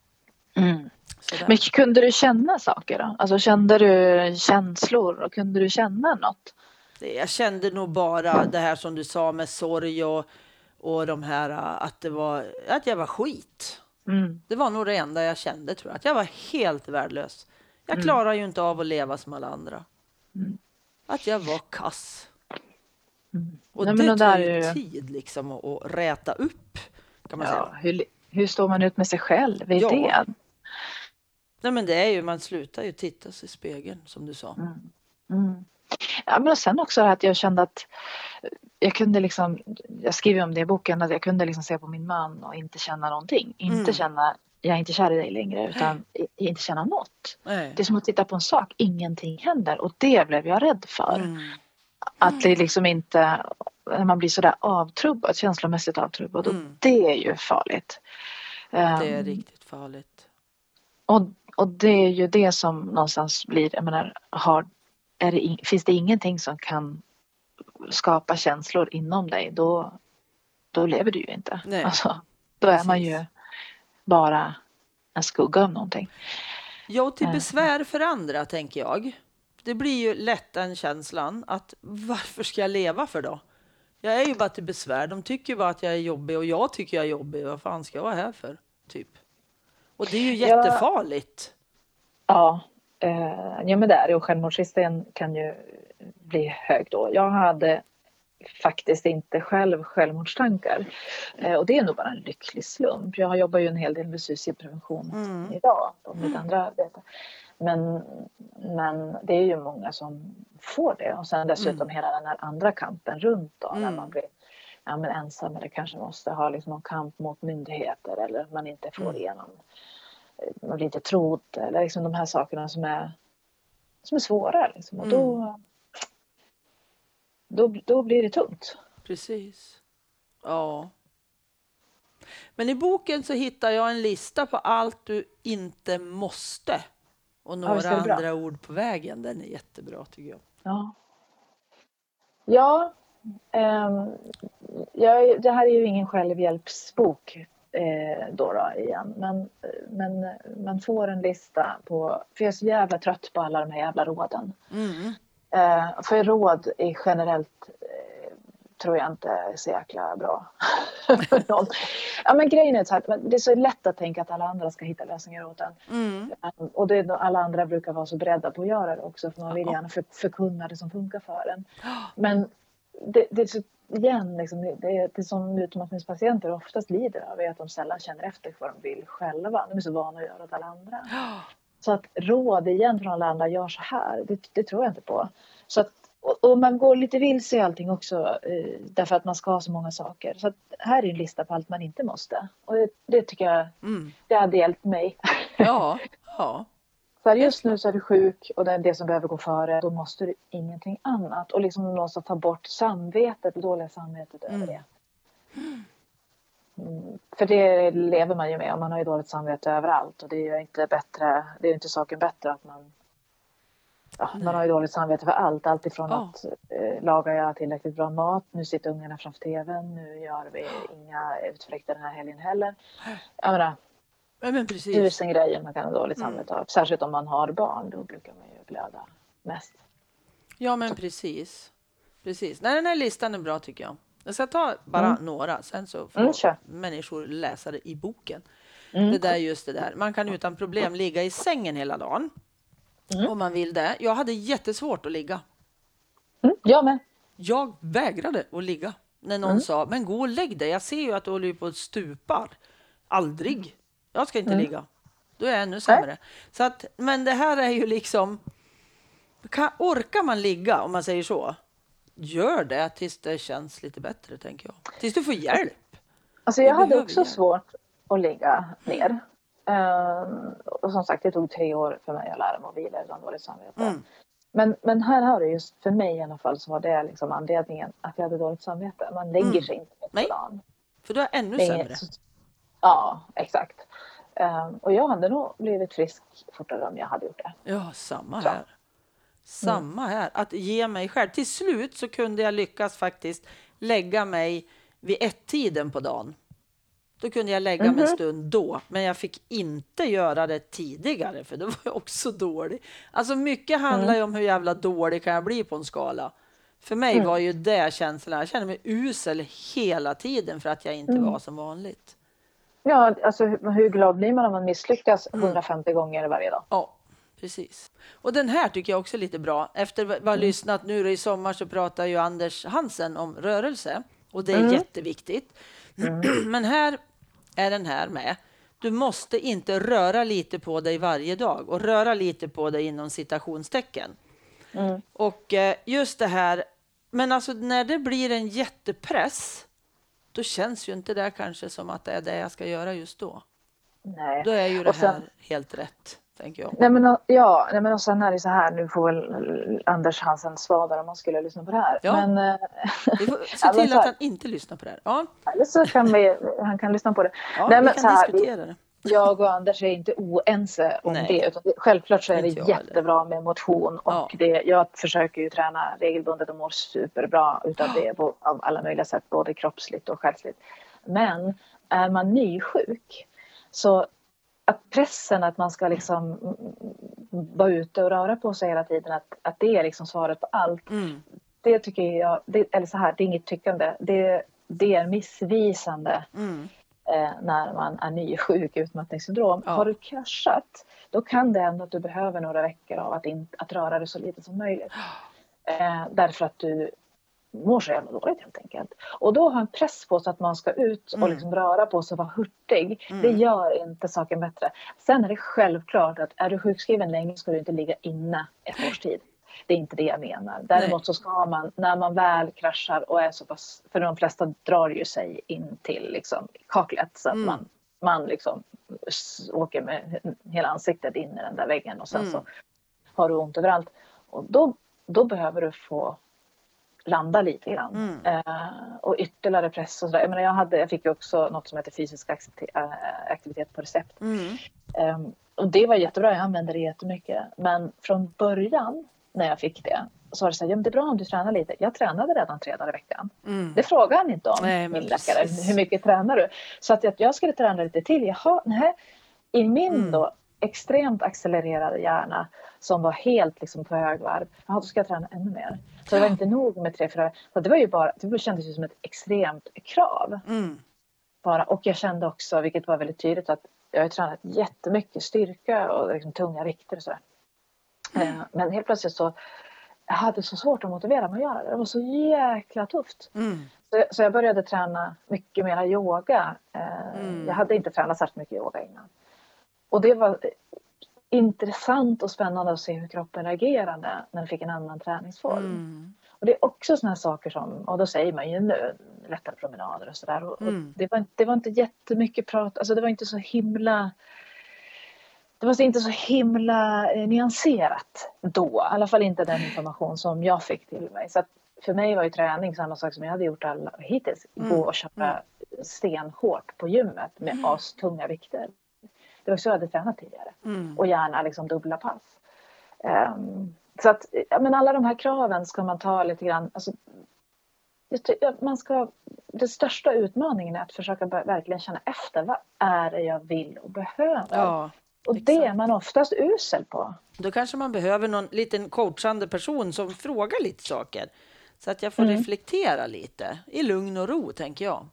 Men kunde du känna saker då? Alltså kände du känslor och kunde du känna något? Jag kände nog bara det här som du sa med sorg och de här att jag var skit. Det var nog det enda jag kände, tror jag. Att jag var helt värdelös. Jag klarar ju inte av att leva som alla andra. Att jag var kass. Och det tar ju tid liksom att räta upp, kan man säga. Hur står man ut med sig själv i det? Nej, men det är ju, man slutar ju titta sig i spegeln, som du sa. Ja, men sen också att jag kände att jag kunde liksom, jag skriver om det i boken, att jag kunde liksom se på min man och inte känna någonting. Inte känna, jag är inte kär i dig längre, utan inte känna något. Det är som att titta på en sak, ingenting händer. Och det blev jag rädd för. Att det liksom inte, när man blir sådär avtrubbad, känslomässigt avtrubbad, och det är ju farligt. Det är riktigt farligt. Och det är ju det som någonstans blir, jag menar, finns det ingenting som kan skapa känslor inom dig, då lever du ju inte. Alltså, då är man ju bara en skugga av någonting. Ja, till besvär för andra, tänker jag. Det blir ju lätt den känslan att varför ska jag leva för då? Jag är ju bara till besvär. De tycker ju bara att jag är jobbig och jag tycker jag är jobbig. Vad fan ska jag vara här för? Typ. Och det är ju jättefarligt. Ja, men det är det. Och självmordsrisken kan ju bli hög då. Jag hade faktiskt inte självmordstankar. Och det är nog bara en lycklig slump. Jag jobbar ju en hel del med suicidprevention idag på mitt andra arbete. Men det är ju många som får det. Och sen dessutom hela den här andra kampen runt då, när man blir ensam eller kanske måste ha liksom någon kamp mot myndigheter eller man inte får igenom, man blir inte trodd eller liksom de här sakerna som är svåra liksom. Och då blir det tungt. Precis. Ja. Men i boken så hittar jag en lista på allt du inte måste. Och några andra ord på vägen. Den är jättebra tycker jag. Ja. Det här är ju ingen självhjälpsbok då igen. Men man får en lista på... För jag är så jävla trött på alla de här jävla råden. För råd är generellt... tror jag inte är så jäkla bra. Men grejen är så här, det är så lätt att tänka att alla andra ska hitta lösningar åt en. Och alla andra brukar vara så beredda på att göra det också. För man vill gärna förkunna det som funkar för en. Men det är så igen, liksom, det är som utmattningspatienter oftast lider av är att de sällan känner efter vad de vill själva. De är så vana att göra åt alla andra. Så att råd igen från alla andra, gör så här, det tror jag inte på. Så att och man går lite vilse i allting också därför att man ska ha så många saker. Så att här är en lista på allt man inte måste. Och det tycker jag, det hade hjälpt mig. Ja. Så just nu så är du sjuk och det är det som behöver gå före. Då måste du ingenting annat. Och liksom någonstans ta bort samvetet, det dåliga samvetet över det. För det lever man ju med och man har ju dåligt samvete överallt. Och det är ju inte bättre, det är inte saken bättre att man... man har ju dåligt samvete för allt. Allt ifrån att lagar jag tillräckligt bra mat. Nu sitter ungarna framför tvn. Nu gör vi inga utflykter den här helgen heller. Jag menar, men precis. Tusen grejer man kan ha dåligt samvete av. Särskilt om man har barn. Då brukar man ju blöda mest. Ja men precis. Nej, den här listan är bra tycker jag. Jag ska ta bara några. Sen så får människor läsa det i boken. Det där just det där. Man kan utan problem ligga i sängen hela dagen. Om man vill det. Jag hade jättesvårt att ligga. Jag med. Jag vägrade att ligga. När någon sa, men gå och lägg dig. Jag ser ju att du håller på att stupar. Aldrig. Jag ska inte ligga. Då är jag ännu sämre. Så att, men det här är ju liksom... Orkar man ligga, om man säger så? Gör det tills det känns lite bättre, tänker jag. Tills du får hjälp. Alltså jag hade också svårt att ligga ner. Och som sagt, det tog 3 år för mig att lära mig att vila utan dåligt samvete. Men här har det just, för mig i alla fall, så var det liksom anledningen att jag hade dåligt samvete. Man lägger sig inte på dagen. För du är ännu sämre. Ja, exakt. Och jag hade nog blivit frisk fortare om jag hade gjort det. Ja, samma här. Att ge mig själv. Till slut så kunde jag lyckas faktiskt lägga mig vid 1-tiden på dagen. Då kunde jag lägga mig en stund då. Men jag fick inte göra det tidigare. För då var jag också dålig. Alltså mycket handlar ju om hur jävla dålig kan jag bli på en skala. För mig var ju det känslan. Jag kände mig usel hela tiden för att jag inte var som vanligt. Ja, alltså hur glad blir man om man misslyckas 150 gånger varje dag? Ja, precis. Och den här tycker jag också är lite bra. Efter att ha lyssnat nu i sommar så pratar ju Anders Hansen om rörelse. Och det är jätteviktigt. Men här är den här med. Du måste inte röra lite på dig varje dag. Och röra lite på dig inom citationstecken. Och just det här. Men alltså när det blir en jättepress. Då känns ju inte det kanske som att det är det jag ska göra just då. Nej. Då är ju det här helt rätt, tänker jag. Nej men och sen är det så här, nu får väl Anders Hansen svara om man skulle lyssna på det här. Ja. Men, vi får se till att han inte lyssnar på det här. Ja. Eller så kan han kan lyssna på det. Ja, nej, vi men kan så här, diskutera det. Jag och Anders är inte oense om det. Utan självklart så är det jättebra med motion. Och jag försöker ju träna regelbundet och mår superbra utav det på av alla möjliga sätt. Både kroppsligt och själsligt. Men är man nysjuk så att pressen att man ska liksom vara ute och röra på sig hela tiden. Att det är liksom svaret på allt. Det tycker jag, eller så här, det är inget tyckande. Det är missvisande. När man är nysjuk, utmattningssyndrom. Har du kraschat, då kan det ändå att du behöver några veckor av att röra dig så lite som möjligt. Därför att du mår så jävla dåligt helt enkelt. Och då har en press på sig att man ska ut och liksom röra på sig och vara hurtig. Det gör inte saken bättre. Sen är det självklart att är du sjukskriven länge ska du inte ligga inne ett års tid. Det är inte det jag menar. Däremot så ska man, när man väl kraschar och är så pass, för de flesta drar ju sig in till liksom kaklet så att man liksom åker med hela ansiktet in i den där väggen och sen så har du ont överallt. Och då behöver du få landa lite grann. Och ytterligare press och sådär. Jag menar, jag fick ju också något som heter fysisk aktivitet på recept. Och det var jättebra, jag använde det jättemycket. Men från början när jag fick det så var det så här, ja, men det är bra om du tränar lite. Jag tränade redan 3 dagar i veckan. Det frågar han inte om, min läkare. Hur mycket tränar du? Så att jag skulle träna lite till. Jaha, nej. I min då extremt accelererade hjärna som var helt liksom på högvarv. Då ska jag träna ännu mer. Så det var inte nog med 3-4. Så det var ju bara, det kändes ju som ett extremt krav. Bara. Och jag kände också, vilket var väldigt tydligt, att jag har tränat jättemycket styrka och liksom tunga vikter och sådär. Men helt plötsligt så jag hade så svårt att motivera mig att göra det. Det var så jäkla tufft. Så jag började träna mycket mer yoga. Jag hade inte tränat särskilt mycket yoga innan. Och det var intressant och spännande att se hur kroppen reagerade när den fick en annan träningsform. Och det är också såna här saker som, och då säger man ju nu, lättare promenader och sådär. Och det var inte jättemycket prat, alltså det var inte så himla... Det var inte så himla nyanserat då. I alla fall inte den information som jag fick till mig. Så att för mig var ju träning samma sak som jag hade gjort hittills. Gå och köra stenhårt på gymmet med astunga vikter. Det var så jag hade tränat tidigare. Och gärna liksom dubbla pass. Så att men alla de här kraven ska man ta lite grann. Alltså, den största utmaningen är att försöka verkligen känna efter. Vad är det jag vill och behöver? Ja. Och det är man oftast usel på. Då kanske man behöver någon liten coachande person som frågar lite saker. Så att jag får reflektera lite i lugn och ro, tänker jag.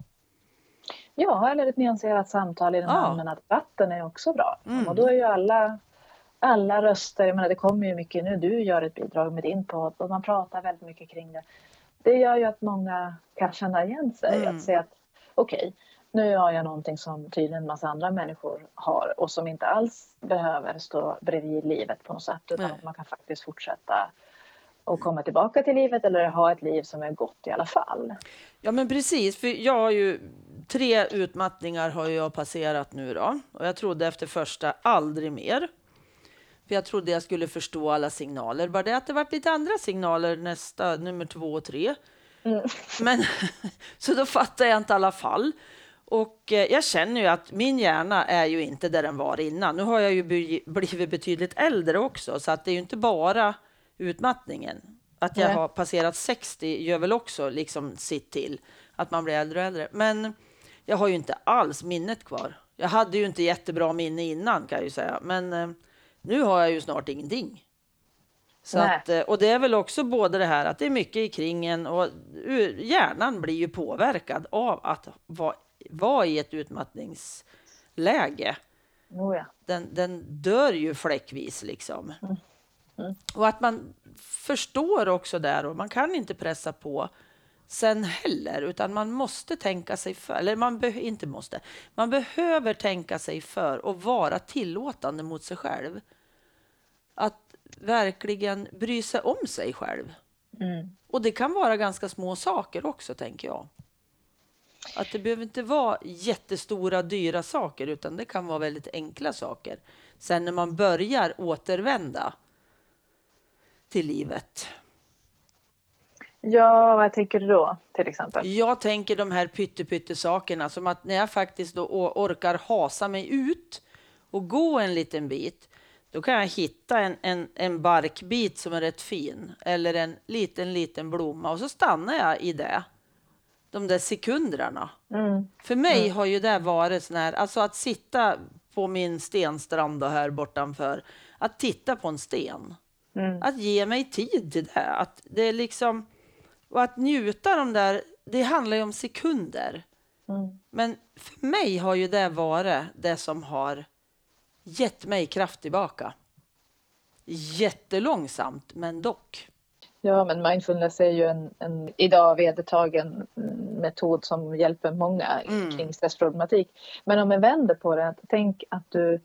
Ja, eller ett nyanserat samtal i den allmänna debatten är också bra. Och då är ju alla röster, jag menar det kommer ju mycket nu, du gör ett bidrag med din podd och man pratar väldigt mycket kring det. Det gör ju att många kan känna igen sig, att säga att okej, nu har jag någonting som tydligen en massa andra människor har och som inte alls behöver stå bredvid livet på något sätt, utan att man kan faktiskt fortsätta och komma tillbaka till livet eller ha ett liv som är gott i alla fall. Ja, men precis, för jag har ju 3 utmattningar har jag passerat nu då, och jag trodde efter första aldrig mer. För jag trodde jag skulle förstå alla signaler. Bara det att det varit lite andra signaler nästa, nummer 2 och 3. Men så då fattar jag inte i alla fall. Och jag känner ju att min hjärna är ju inte där den var innan. Nu har jag ju blivit betydligt äldre också. Så att det är ju inte bara utmattningen. Att jag har passerat 60 gör väl också liksom sitt till. Att man blir äldre och äldre. Men jag har ju inte alls minnet kvar. Jag hade ju inte jättebra minne innan, kan jag ju säga. Men nu har jag ju snart ingenting. Så att, och det är väl också både det här att det är mycket i kringen. Och hjärnan blir ju påverkad av att vara i ett utmattningsläge. Den dör ju fläckvis liksom. Och att man förstår också där, och man kan inte pressa på sen heller, utan man måste tänka sig för, eller man behöver tänka sig för och vara tillåtande mot sig själv. Att verkligen bry sig om sig själv. Och det kan vara ganska små saker också, tänker jag. Att det behöver inte vara jättestora, dyra saker, utan det kan vara väldigt enkla saker. Sen när man börjar återvända till livet. Ja, vad tänker du då till exempel? Jag tänker de här pytte-sakerna, som att när jag faktiskt då orkar hasa mig ut och gå en liten bit, då kan jag hitta en barkbit som är rätt fin, eller en liten blomma, och så stannar jag i det. De där sekunderna. För mig har ju det varit sån här, alltså att sitta på min stenstrand här bortanför, att titta på en sten. Att ge mig tid till det. Att det är liksom, och att njuta de där, det handlar ju om sekunder. Men för mig har ju det varit det som har gett mig kraft tillbaka. Jättelångsamt, men dock. Ja, men mindfulness är ju en idag vedertagen metod som hjälper många kring stressproblematik. Men om jag vänder på det, tänk att du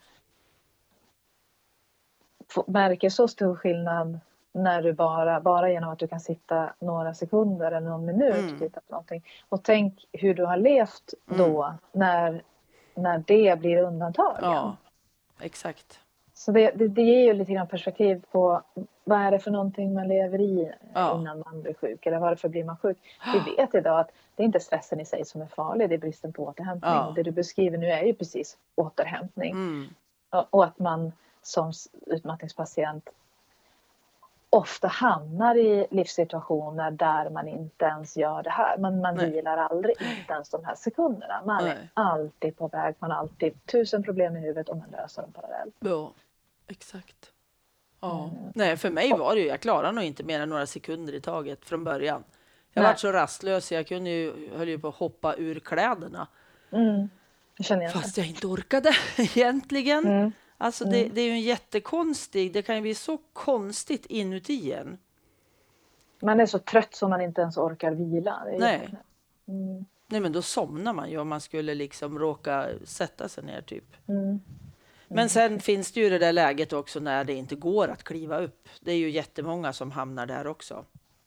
märker så stor skillnad när du bara genom att du kan sitta några sekunder eller någon minut och titta på någonting. Och tänk hur du har levt då när det blir undantagen. Ja, exakt. Så det ger ju lite grann perspektiv på vad är det för någonting man lever i innan man blir sjuk. Eller varför blir man sjuk. Vi vet idag att det är inte stressen i sig som är farlig. Det är bristen på återhämtning. Och det du beskriver nu är ju precis återhämtning. Och att man som utmattningspatient ofta hamnar i livssituationer där man inte ens gör det här. Man vilar aldrig, inte ens de här sekunderna. Man är alltid på väg, man har alltid 1000 problem i huvudet och man löser dem parallellt. Ja, exakt. Ja. Nej, för mig var det ju, jag klarade nog inte mer än några sekunder i taget från början. Jag var så rastlös, jag höll ju på att hoppa ur kläderna. Fast jag inte orkade egentligen. Alltså det är ju en jättekonstig, det kan ju bli så konstigt inuti en. Man är så trött som man inte ens orkar vila. Nej. Nej, men då somnar man ju om man skulle liksom råka sätta sig ner typ. Men sen finns det ju det där läget också när det inte går att kliva upp. Det är ju jättemånga som hamnar där också.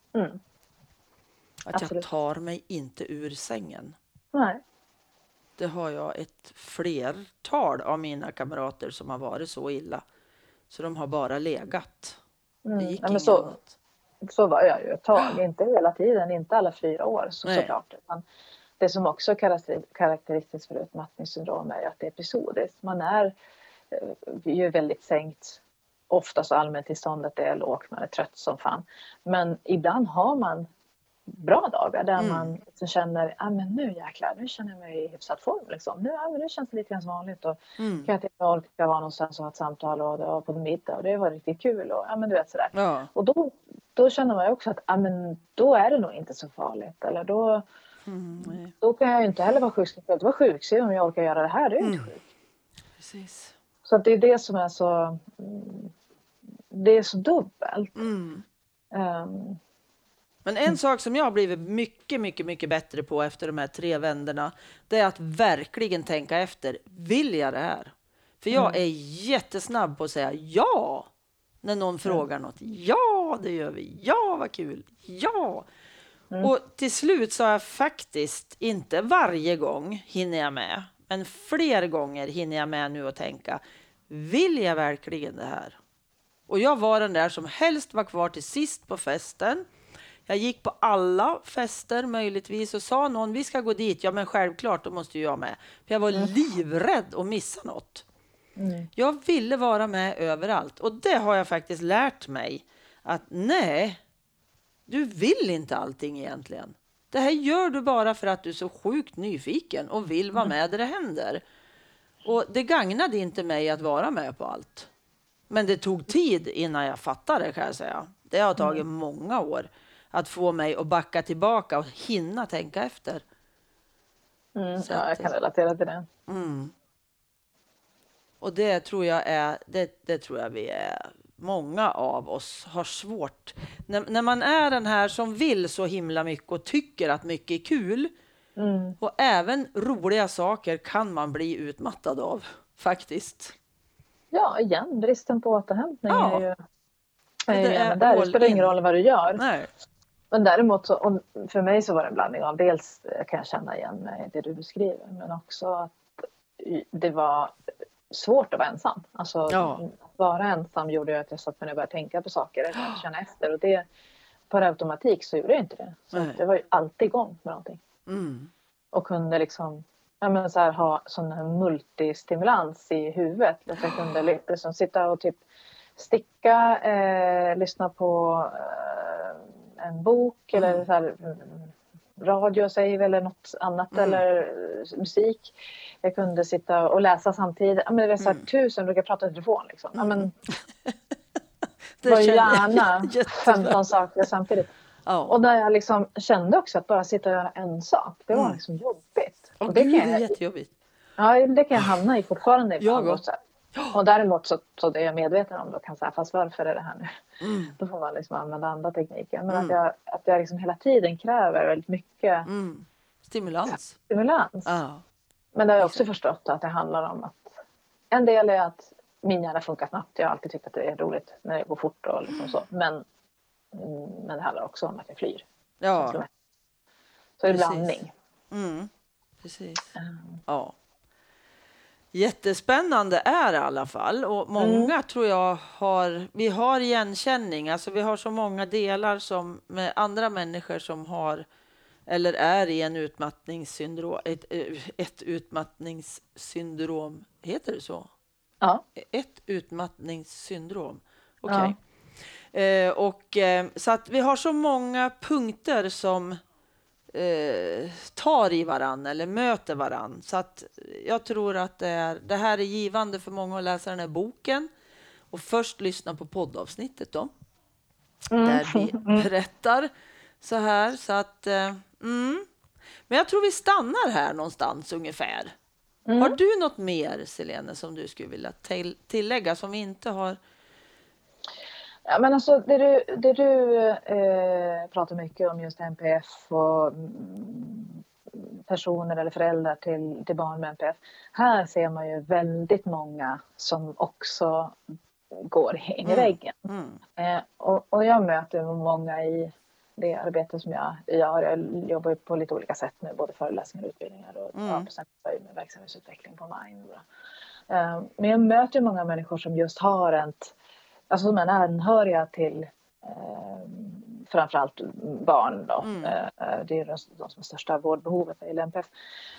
Att jag tar mig inte ur sängen. Nej. Det har jag ett flertal av mina kamrater som har varit så illa. Så de har bara legat. Det gick inget annat. Så var jag ju ett tag. Inte hela tiden, inte alla 4 år såklart. Men det som också är karaktäristiskt för utmattningssyndrom är att det är episodiskt. Man är ju väldigt sänkt. Oftast allmäntillståndet är lågt, man är trött som fan. Men ibland har man bra dagar där man liksom känner men nu jäklar, nu känner jag mig i hyfsat form liksom. Nu känns det lite grann som vanligt och kan jag till och med vara någonstans och ha ett samtal och det var på en middag och det var riktigt kul och men du vet sådär. Ja. Och då känner man ju också att men då är det nog inte så farligt eller då kan jag ju inte heller vara sjukskriven. Det var sjukskriven om jag orkar göra det här, det är inte sjuk. Precis. Så att det är det som är så det är så dubbelt. Men en sak som jag har blivit mycket, mycket, mycket bättre på efter de här 3 vänderna, det är att verkligen tänka efter. Vill jag det här? För jag är jättesnabb på att säga ja när någon frågar något. Ja, det gör vi. Ja, vad kul. Ja. Och till slut så har jag faktiskt, inte varje gång hinner jag med, men fler gånger hinner jag med nu och tänka, vill jag verkligen det här? Och jag var den där som helst var kvar till sist på festen. Jag gick på alla fester möjligtvis och sa någon, vi ska gå dit. Ja, men självklart, då måste jag med. För jag var livrädd att missa något. Jag ville vara med överallt. Och det har jag faktiskt lärt mig. Att nej, du vill inte allting egentligen. Det här gör du bara för att du är så sjukt nyfiken och vill vara med där det händer. Och det gagnade inte mig att vara med på allt. Men det tog tid innan jag fattade, kan jag säga. Det har tagit många år att få mig att backa tillbaka och hinna tänka efter. Ja, jag kan relatera till det. Och det tror jag är, det tror jag vi är, många av oss har svårt. När man är den här som vill så himla mycket och tycker att mycket är kul. Och även roliga saker kan man bli utmattad av, faktiskt. Ja, igen, bristen på återhämtning är ju där. Det spelar ingen roll vad du gör. Nej. Men däremot så, för mig så var det en blandning av dels kan jag känna igen mig det du beskriver, men också att det var svårt att vara ensam. Alltså att vara ensam gjorde att jag satt mig och började tänka på saker och känna efter, och det per automatik så gjorde jag inte det. Så det var ju alltid igång med någonting. Och kunde liksom så här, ha sån här multistimulans i huvudet. Att jag kunde liksom sitta och typ sticka, lyssna på en bok eller så här, radio säger eller något annat eller musik. Jag kunde sitta och läsa samtidigt. Men det var så här 1000 brukar prata i telefon liksom. Men det var gärna 15 saker samtidigt. Och där jag liksom kände också att bara sitta och göra en sak, det var liksom jobbigt. Och det är jättejobbigt. Ja, det kan jag hamna i fortfarande. Och däremot så det är jag medveten om då kan säga, fast varför är det här nu? Mm. Då får man liksom använda andra tekniker. Men Mm. att jag liksom hela tiden kräver väldigt mycket Stimulans. Ja. Men det har jag också Exakt. förstått att det handlar om att en del är att min hjärna funkar snabbt. Jag har alltid tyckt att det är roligt när det går fort och liksom så. Men det handlar också om att jag flyr. Ja. Så det är blandning. Precis. Ja. Jättespännande är det i alla fall. Och många tror jag vi har igenkänning. Alltså vi har så många delar som med andra människor som har eller är i en utmattningssyndrom. Ett utmattningssyndrom. Heter det så? Ja. Ett utmattningssyndrom. Okej. Så att vi har så många punkter som tar i varann eller möter varann. Så att jag tror att det här är givande för många att läsa den här boken och först lyssna på poddavsnittet då. Där vi berättar så här. Så att, Men jag tror vi stannar här någonstans ungefär. Har du något mer, Selene, som du skulle vilja tillägga som vi inte har? Ja, men alltså det du pratar mycket om just NPF och personer eller föräldrar till barn med NPF. Här ser man ju väldigt många som också går in i väggen. Och jag möter många i det arbete som jag gör. Jag jobbar ju på lite olika sätt nu, både föreläsningar och utbildningar och sen med verksamhetsutveckling på Mind. Men jag möter många människor som just har alltså som är anhöriga till framförallt barn då. Det är de som har största vårdbehovet i NPF.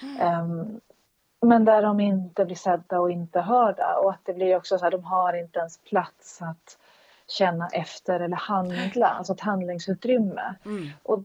Men där de inte blir sedda och inte hörda. Och att det blir också så här, de har inte ens plats att känna efter eller handla. Alltså ett handlingsutrymme. Och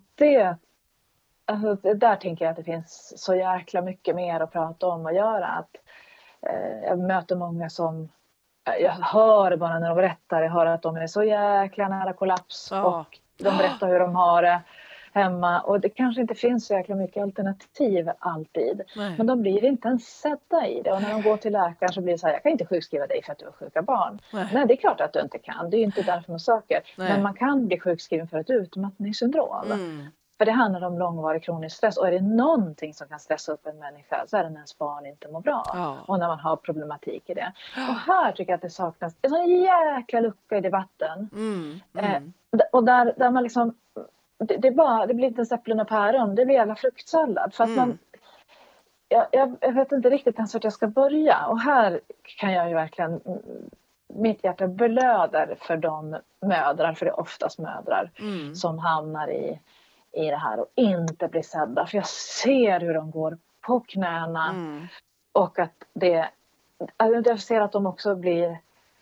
där tänker jag att det finns så jäkla mycket mer att prata om och göra. Att, jag möter många som jag hör bara när de berättar, jag hör att de är så jäkla nära kollaps och de berättar hur de har det hemma och det kanske inte finns så jäkla mycket alternativ alltid. Nej. Men de blir inte ens sedda i det och när de går till läkaren så blir det så här, jag kan inte sjukskriva dig för att du har sjuka barn. Nej, det är klart att du inte kan, det är ju inte därför man söker. Men man kan bli sjukskriven för ett utmattningssyndrom. För det handlar om långvarig kronisk stress. Och är det någonting som kan stressa upp en människa så är det när ens barn inte mår bra. Och när man har problematik i det. Och här tycker jag att det saknas en sån jäkla lucka i debatten. Och där man liksom... Det blir inte en äpplen och päron. Det blir jävla fruktsallad. För att man... Jag vet inte riktigt ens vart jag ska börja. Och här kan jag ju verkligen... Mitt hjärta blöder för de mödrar. För det är oftast mödrar som hamnar i det här och inte blir sedda. För jag ser hur de går på knäna. Och att jag ser att de också blir...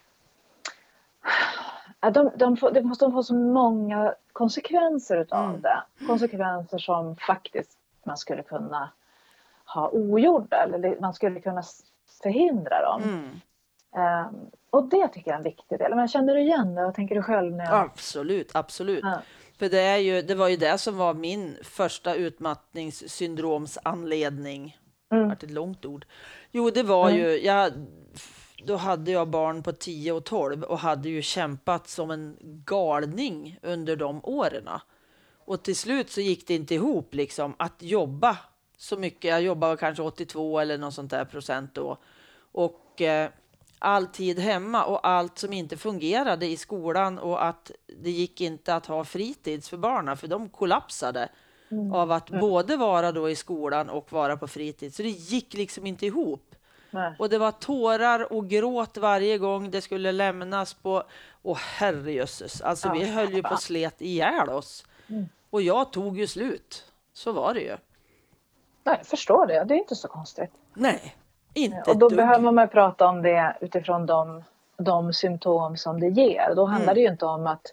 De måste få så många konsekvenser utav det. Konsekvenser som faktiskt man skulle kunna ha ogjorda. Eller man skulle kunna förhindra dem. Och det tycker jag är en viktig del. Men känner du igen det? Vad tänker du själv? Absolut. För det var ju det som var min första utmattningssyndromsanledning. Det var ett långt ord. Jo, det var ju... Då hade jag barn på 10 och 12 och hade ju kämpat som en galning under de åren. Och till slut så gick det inte ihop liksom att jobba så mycket. Jag jobbade kanske 82 eller något sånt där procent då. Och all tid hemma och allt som inte fungerade i skolan och att det gick inte att ha fritids för barnen för de kollapsade av att både vara då i skolan och vara på fritids. Så det gick liksom inte ihop. Nej. Och det var tårar och gråt varje gång det skulle lämnas på... herrejösses, alltså vi höll ju på slet ihjäl oss. Och jag tog ju slut. Så var det ju. Nej, jag förstår det. Det är inte så konstigt. Nej, inte. Och då behöver man prata om det utifrån de symptom som det ger. Då handlar det ju inte om att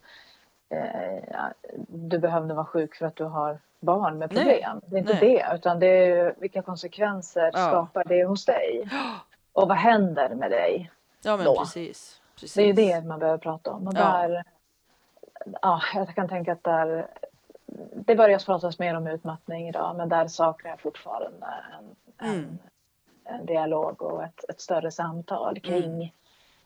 du behövde vara sjuk för att du har barn med problem. Det är inte det, utan det är vilka konsekvenser skapar det hos dig. Och vad händer med dig Ja, men då? Precis. Det är det man behöver prata om. Och där, jag kan tänka att det börjar pratas mer om utmattning idag, men där saknar jag fortfarande en dialog och ett större samtal kring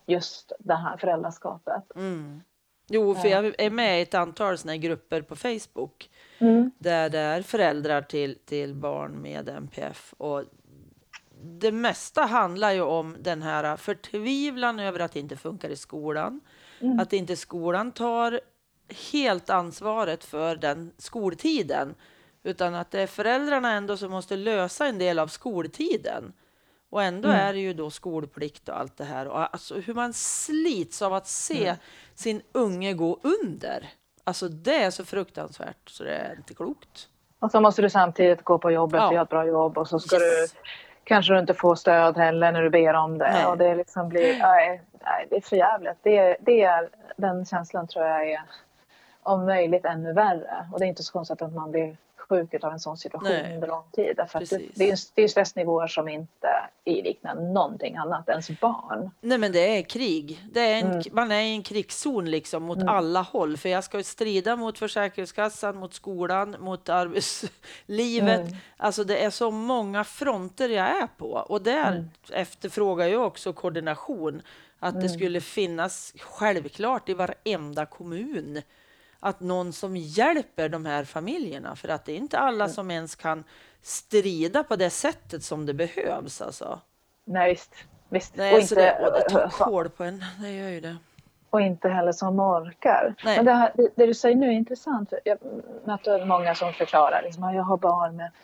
just det här föräldraskapet. Jo, för jag är med i ett antal såna här grupper på Facebook där det är föräldrar till barn med NPF, och det mesta handlar ju om den här förtvivlan över att det inte funkar i skolan. Att inte skolan tar helt ansvaret för den skoltiden, utan att det är föräldrarna ändå som måste lösa en del av skoltiden. Och ändå är det ju då skolplikt och allt det här. Och alltså hur man slits av att se sin unge gå under. Alltså det är så fruktansvärt så det är inte klokt. Och så måste du samtidigt gå på jobbet och göra ett bra jobb. Och så ska du kanske du inte få stöd heller när du ber om det. Nej. Och det liksom blir, nej, det är för jävligt. Det är den känslan tror jag är om möjligt ännu värre. Och det är inte så konstigt att man blir sjuk av en sån situation under lång tid. Därför att det är stressnivåer som inte liknar någonting annat än barn. Nej, men det är krig. Det är man är i en krigszon liksom mot alla håll. För jag ska strida mot Försäkringskassan, mot skolan, mot arbetslivet. Alltså det är så många fronter jag är på. Och där efterfrågar jag också koordination. Att det skulle finnas självklart i varenda kommun att någon som hjälper de här familjerna. För att det är inte alla som ens kan strida på det sättet som det behövs. Alltså. Nej, visst. Nej, och inte, det tar koll på en. Det gör ju det. Och inte heller som orkar. Nej. Men det du säger nu är intressant. Jag möter många som förklarar. Liksom, jag har barn med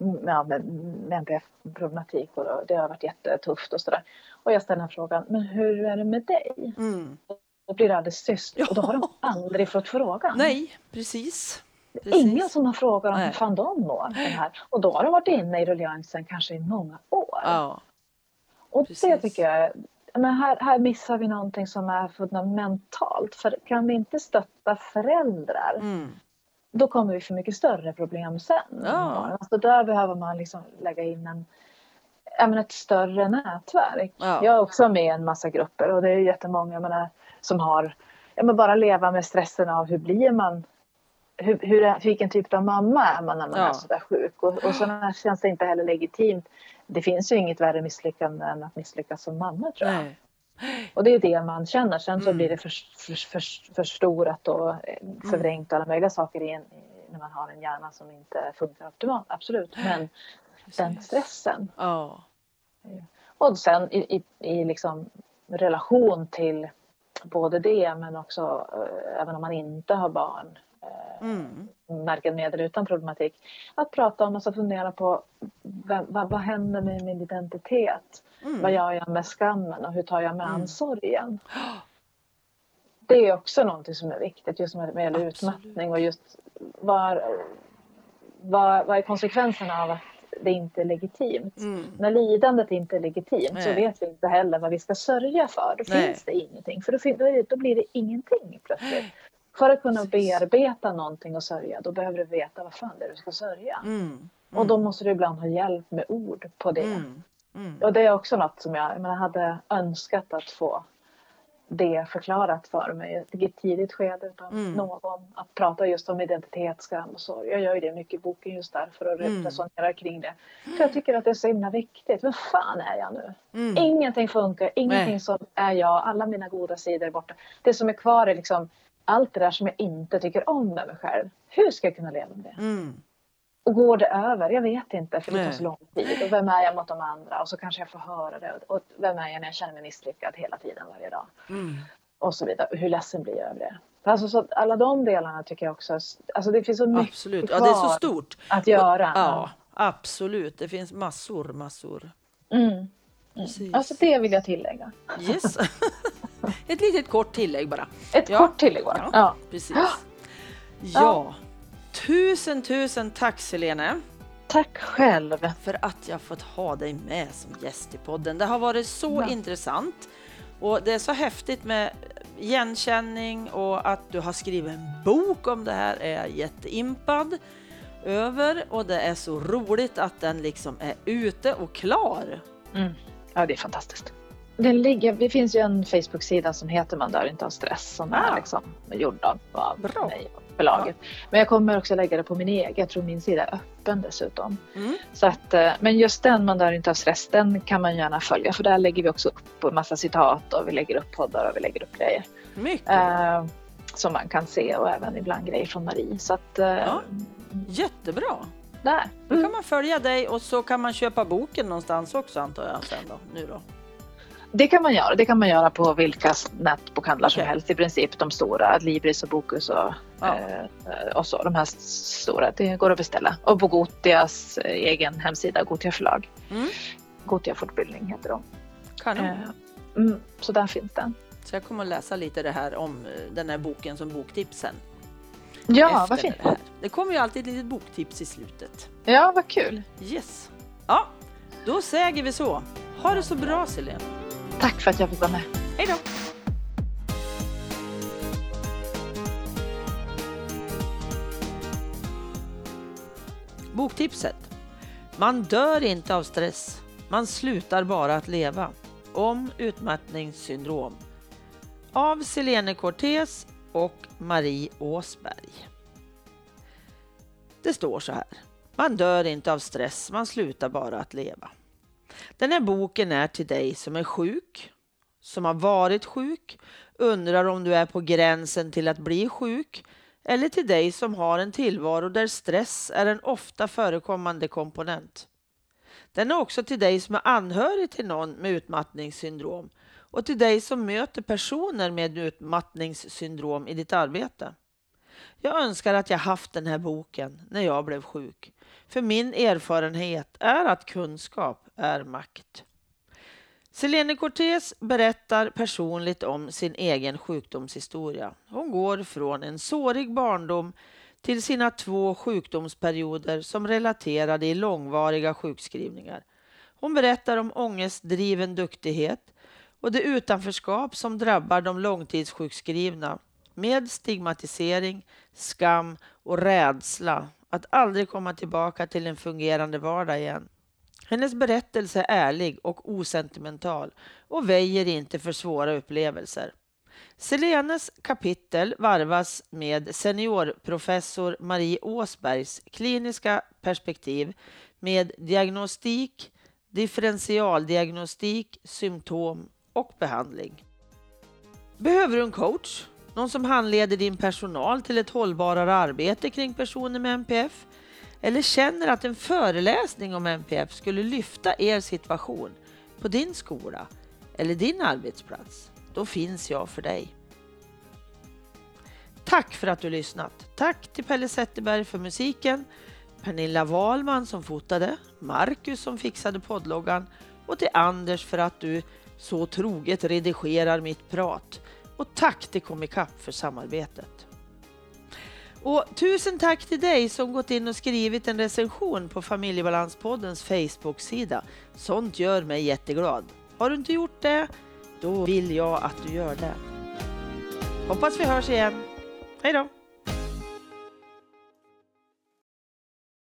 NPF-problematik och det har varit jättetufft och sådär. Och jag ställer den frågan, men hur är det med dig? Då blir det alldeles tyst. Och då har de aldrig fått frågan. Nej, precis. Ingen som har frågat om hur fan de mår. Den här. Och då har de varit inne i rulliansen kanske i många år. Ja, och det tycker jag, men här missar vi någonting som är fundamentalt. För kan vi inte stötta föräldrar, då kommer vi för mycket större problem sen. Ja. Alltså där behöver man liksom lägga in ett större nätverk. Ja. Jag är också med i en massa grupper och det är jättemånga som har bara leva med stressen av hur blir man, vilken typ av mamma är man när man är sådär sjuk. Och så känns det inte heller legitimt. Det finns ju inget värre misslyckande än att misslyckas som mamma tror jag. Nej. Och det är det man känner. Sen så blir det förstorat och förvrängt alla möjliga saker när man har en hjärna som inte funkar optimalt. Absolut. Men den stressen. Ja. Och sen i liksom relation till både det men också även om man inte har barn. Märken med eller utan problematik. Att prata om och fundera på vad händer med min identitet? Vad gör jag med skammen och hur tar jag med ansvargen? Det är också någonting som är viktigt just med utmattning och just vad är konsekvenserna av att det inte är legitimt. När lidandet inte är legitimt så vet vi inte heller vad vi ska sörja för. Då finns det ingenting. För då blir det ingenting plötsligt. För att kunna bearbeta någonting och sörja, då behöver du veta vad fan det är du ska sörja. Och då måste du ibland ha hjälp med ord på det. Och det är också något som jag hade önskat att få det förklarat för mig i ett tidigt skede utan någon att prata just om identitetsskam och sorg. Jag gör ju det mycket i boken just därför och resonera kring det. För jag tycker att det är så himla viktigt. Vad fan är jag nu? Ingenting funkar, ingenting som är jag, alla mina goda sidor är borta. Det som är kvar är liksom allt det där som jag inte tycker om med mig själv. Hur ska jag kunna leva med det? Och går det över? Jag vet inte för det tar så lång tid. Och vem är jag mot de andra? Och så kanske jag får höra det. Och vem är jag när jag känner mig misslyckad hela tiden varje dag? Och så vidare. Hur ledsen blir jag över det? Alltså, så alla de delarna tycker jag också. Alltså det finns så mycket absolut. Kvar det är så stort att göra. Ja, absolut. Det finns massor. Alltså det vill jag tillägga. Yes. Ett litet kort tillägg bara. Kort tillägg bara. Ja, precis. Ja. Tusen tack Selene. Tack själv. För att jag fått ha dig med som gäst i podden. Det har varit så intressant. Och det är så häftigt med igenkänning och att du har skrivit en bok om det här är jag jätteimpad över. Och det är så roligt att den liksom är ute och klar. Ja, det är fantastiskt. Det finns ju en Facebook-sida som heter Man dör inte av stress som är liksom gjord av mig och förlaget. Ja. Men jag kommer också lägga det på min egen. Jag tror min sida är öppen dessutom. Så att, men just den Man dör inte av stress, den kan man gärna följa. För där lägger vi också upp en massa citat och vi lägger upp poddar och vi lägger upp grejer. Mycket. Som man kan se och även ibland grejer från Marie. Så att, jättebra. Där. Då kan man följa dig och så kan man köpa boken någonstans också antar jag sen då, nu då. Det kan man göra. Det kan man göra på vilka nätbokhandlar som helst i princip. De stora, Libris och Bokus och så. De här stora, det går att beställa. Och på Gotias egen hemsida, Gotia förlag. Gotia fortbildning heter de. Kanon. Så där finns den. Så jag kommer att läsa lite det här om den här boken som boktipsen. Ja, vad fint. Det kommer ju alltid ett litet boktips i slutet. Ja, vad kul. Yes. Ja, då säger vi så. Ha det så bra, Selena. Tack för att jag fick vara med. Hej då. Boktipset. Man dör inte av stress. Man slutar bara att leva. Om utmattningssyndrom. Av Selene Cortés och Marie Åsberg. Det står så här. Man dör inte av stress. Man slutar bara att leva. Den här boken är till dig som är sjuk, som har varit sjuk, undrar om du är på gränsen till att bli sjuk, eller till dig som har en tillvaro där stress är en ofta förekommande komponent. Den är också till dig som är anhörig till någon med utmattningssyndrom och till dig som möter personer med utmattningssyndrom i ditt arbete. Jag önskar att jag haft den här boken när jag blev sjuk. För min erfarenhet är att kunskap är makt. Selene Cortés berättar personligt om sin egen sjukdomshistoria. Hon går från en sårig barndom till sina 2 sjukdomsperioder som relaterade i långvariga sjukskrivningar. Hon berättar om ångestdriven duktighet och det utanförskap som drabbar de långtidssjukskrivna med stigmatisering, skam och rädsla att aldrig komma tillbaka till en fungerande vardag igen. Hennes berättelse är ärlig och osentimental och väjer inte för svåra upplevelser. Selenes kapitel varvas med seniorprofessor Marie Åsbergs kliniska perspektiv med diagnostik, differentialdiagnostik, symptom och behandling. Behöver du en coach? Någon som handleder din personal till ett hållbarare arbete kring personer med NPF? Eller känner att en föreläsning om NPF skulle lyfta er situation på din skola eller din arbetsplats? Då finns jag för dig. Tack för att du lyssnat. Tack till Pelle Zetterberg för musiken, Pernilla Wahlman som fotade, Marcus som fixade poddloggan och till Anders för att du så troget redigerar mitt prat. Och tack till Komikapp för samarbetet. Och tusen tack till dig som gått in och skrivit en recension på Familjebalanspoddens Facebook-sida. Sånt gör mig jätteglad. Har du inte gjort det, då vill jag att du gör det. Hoppas vi hörs igen. Hej då!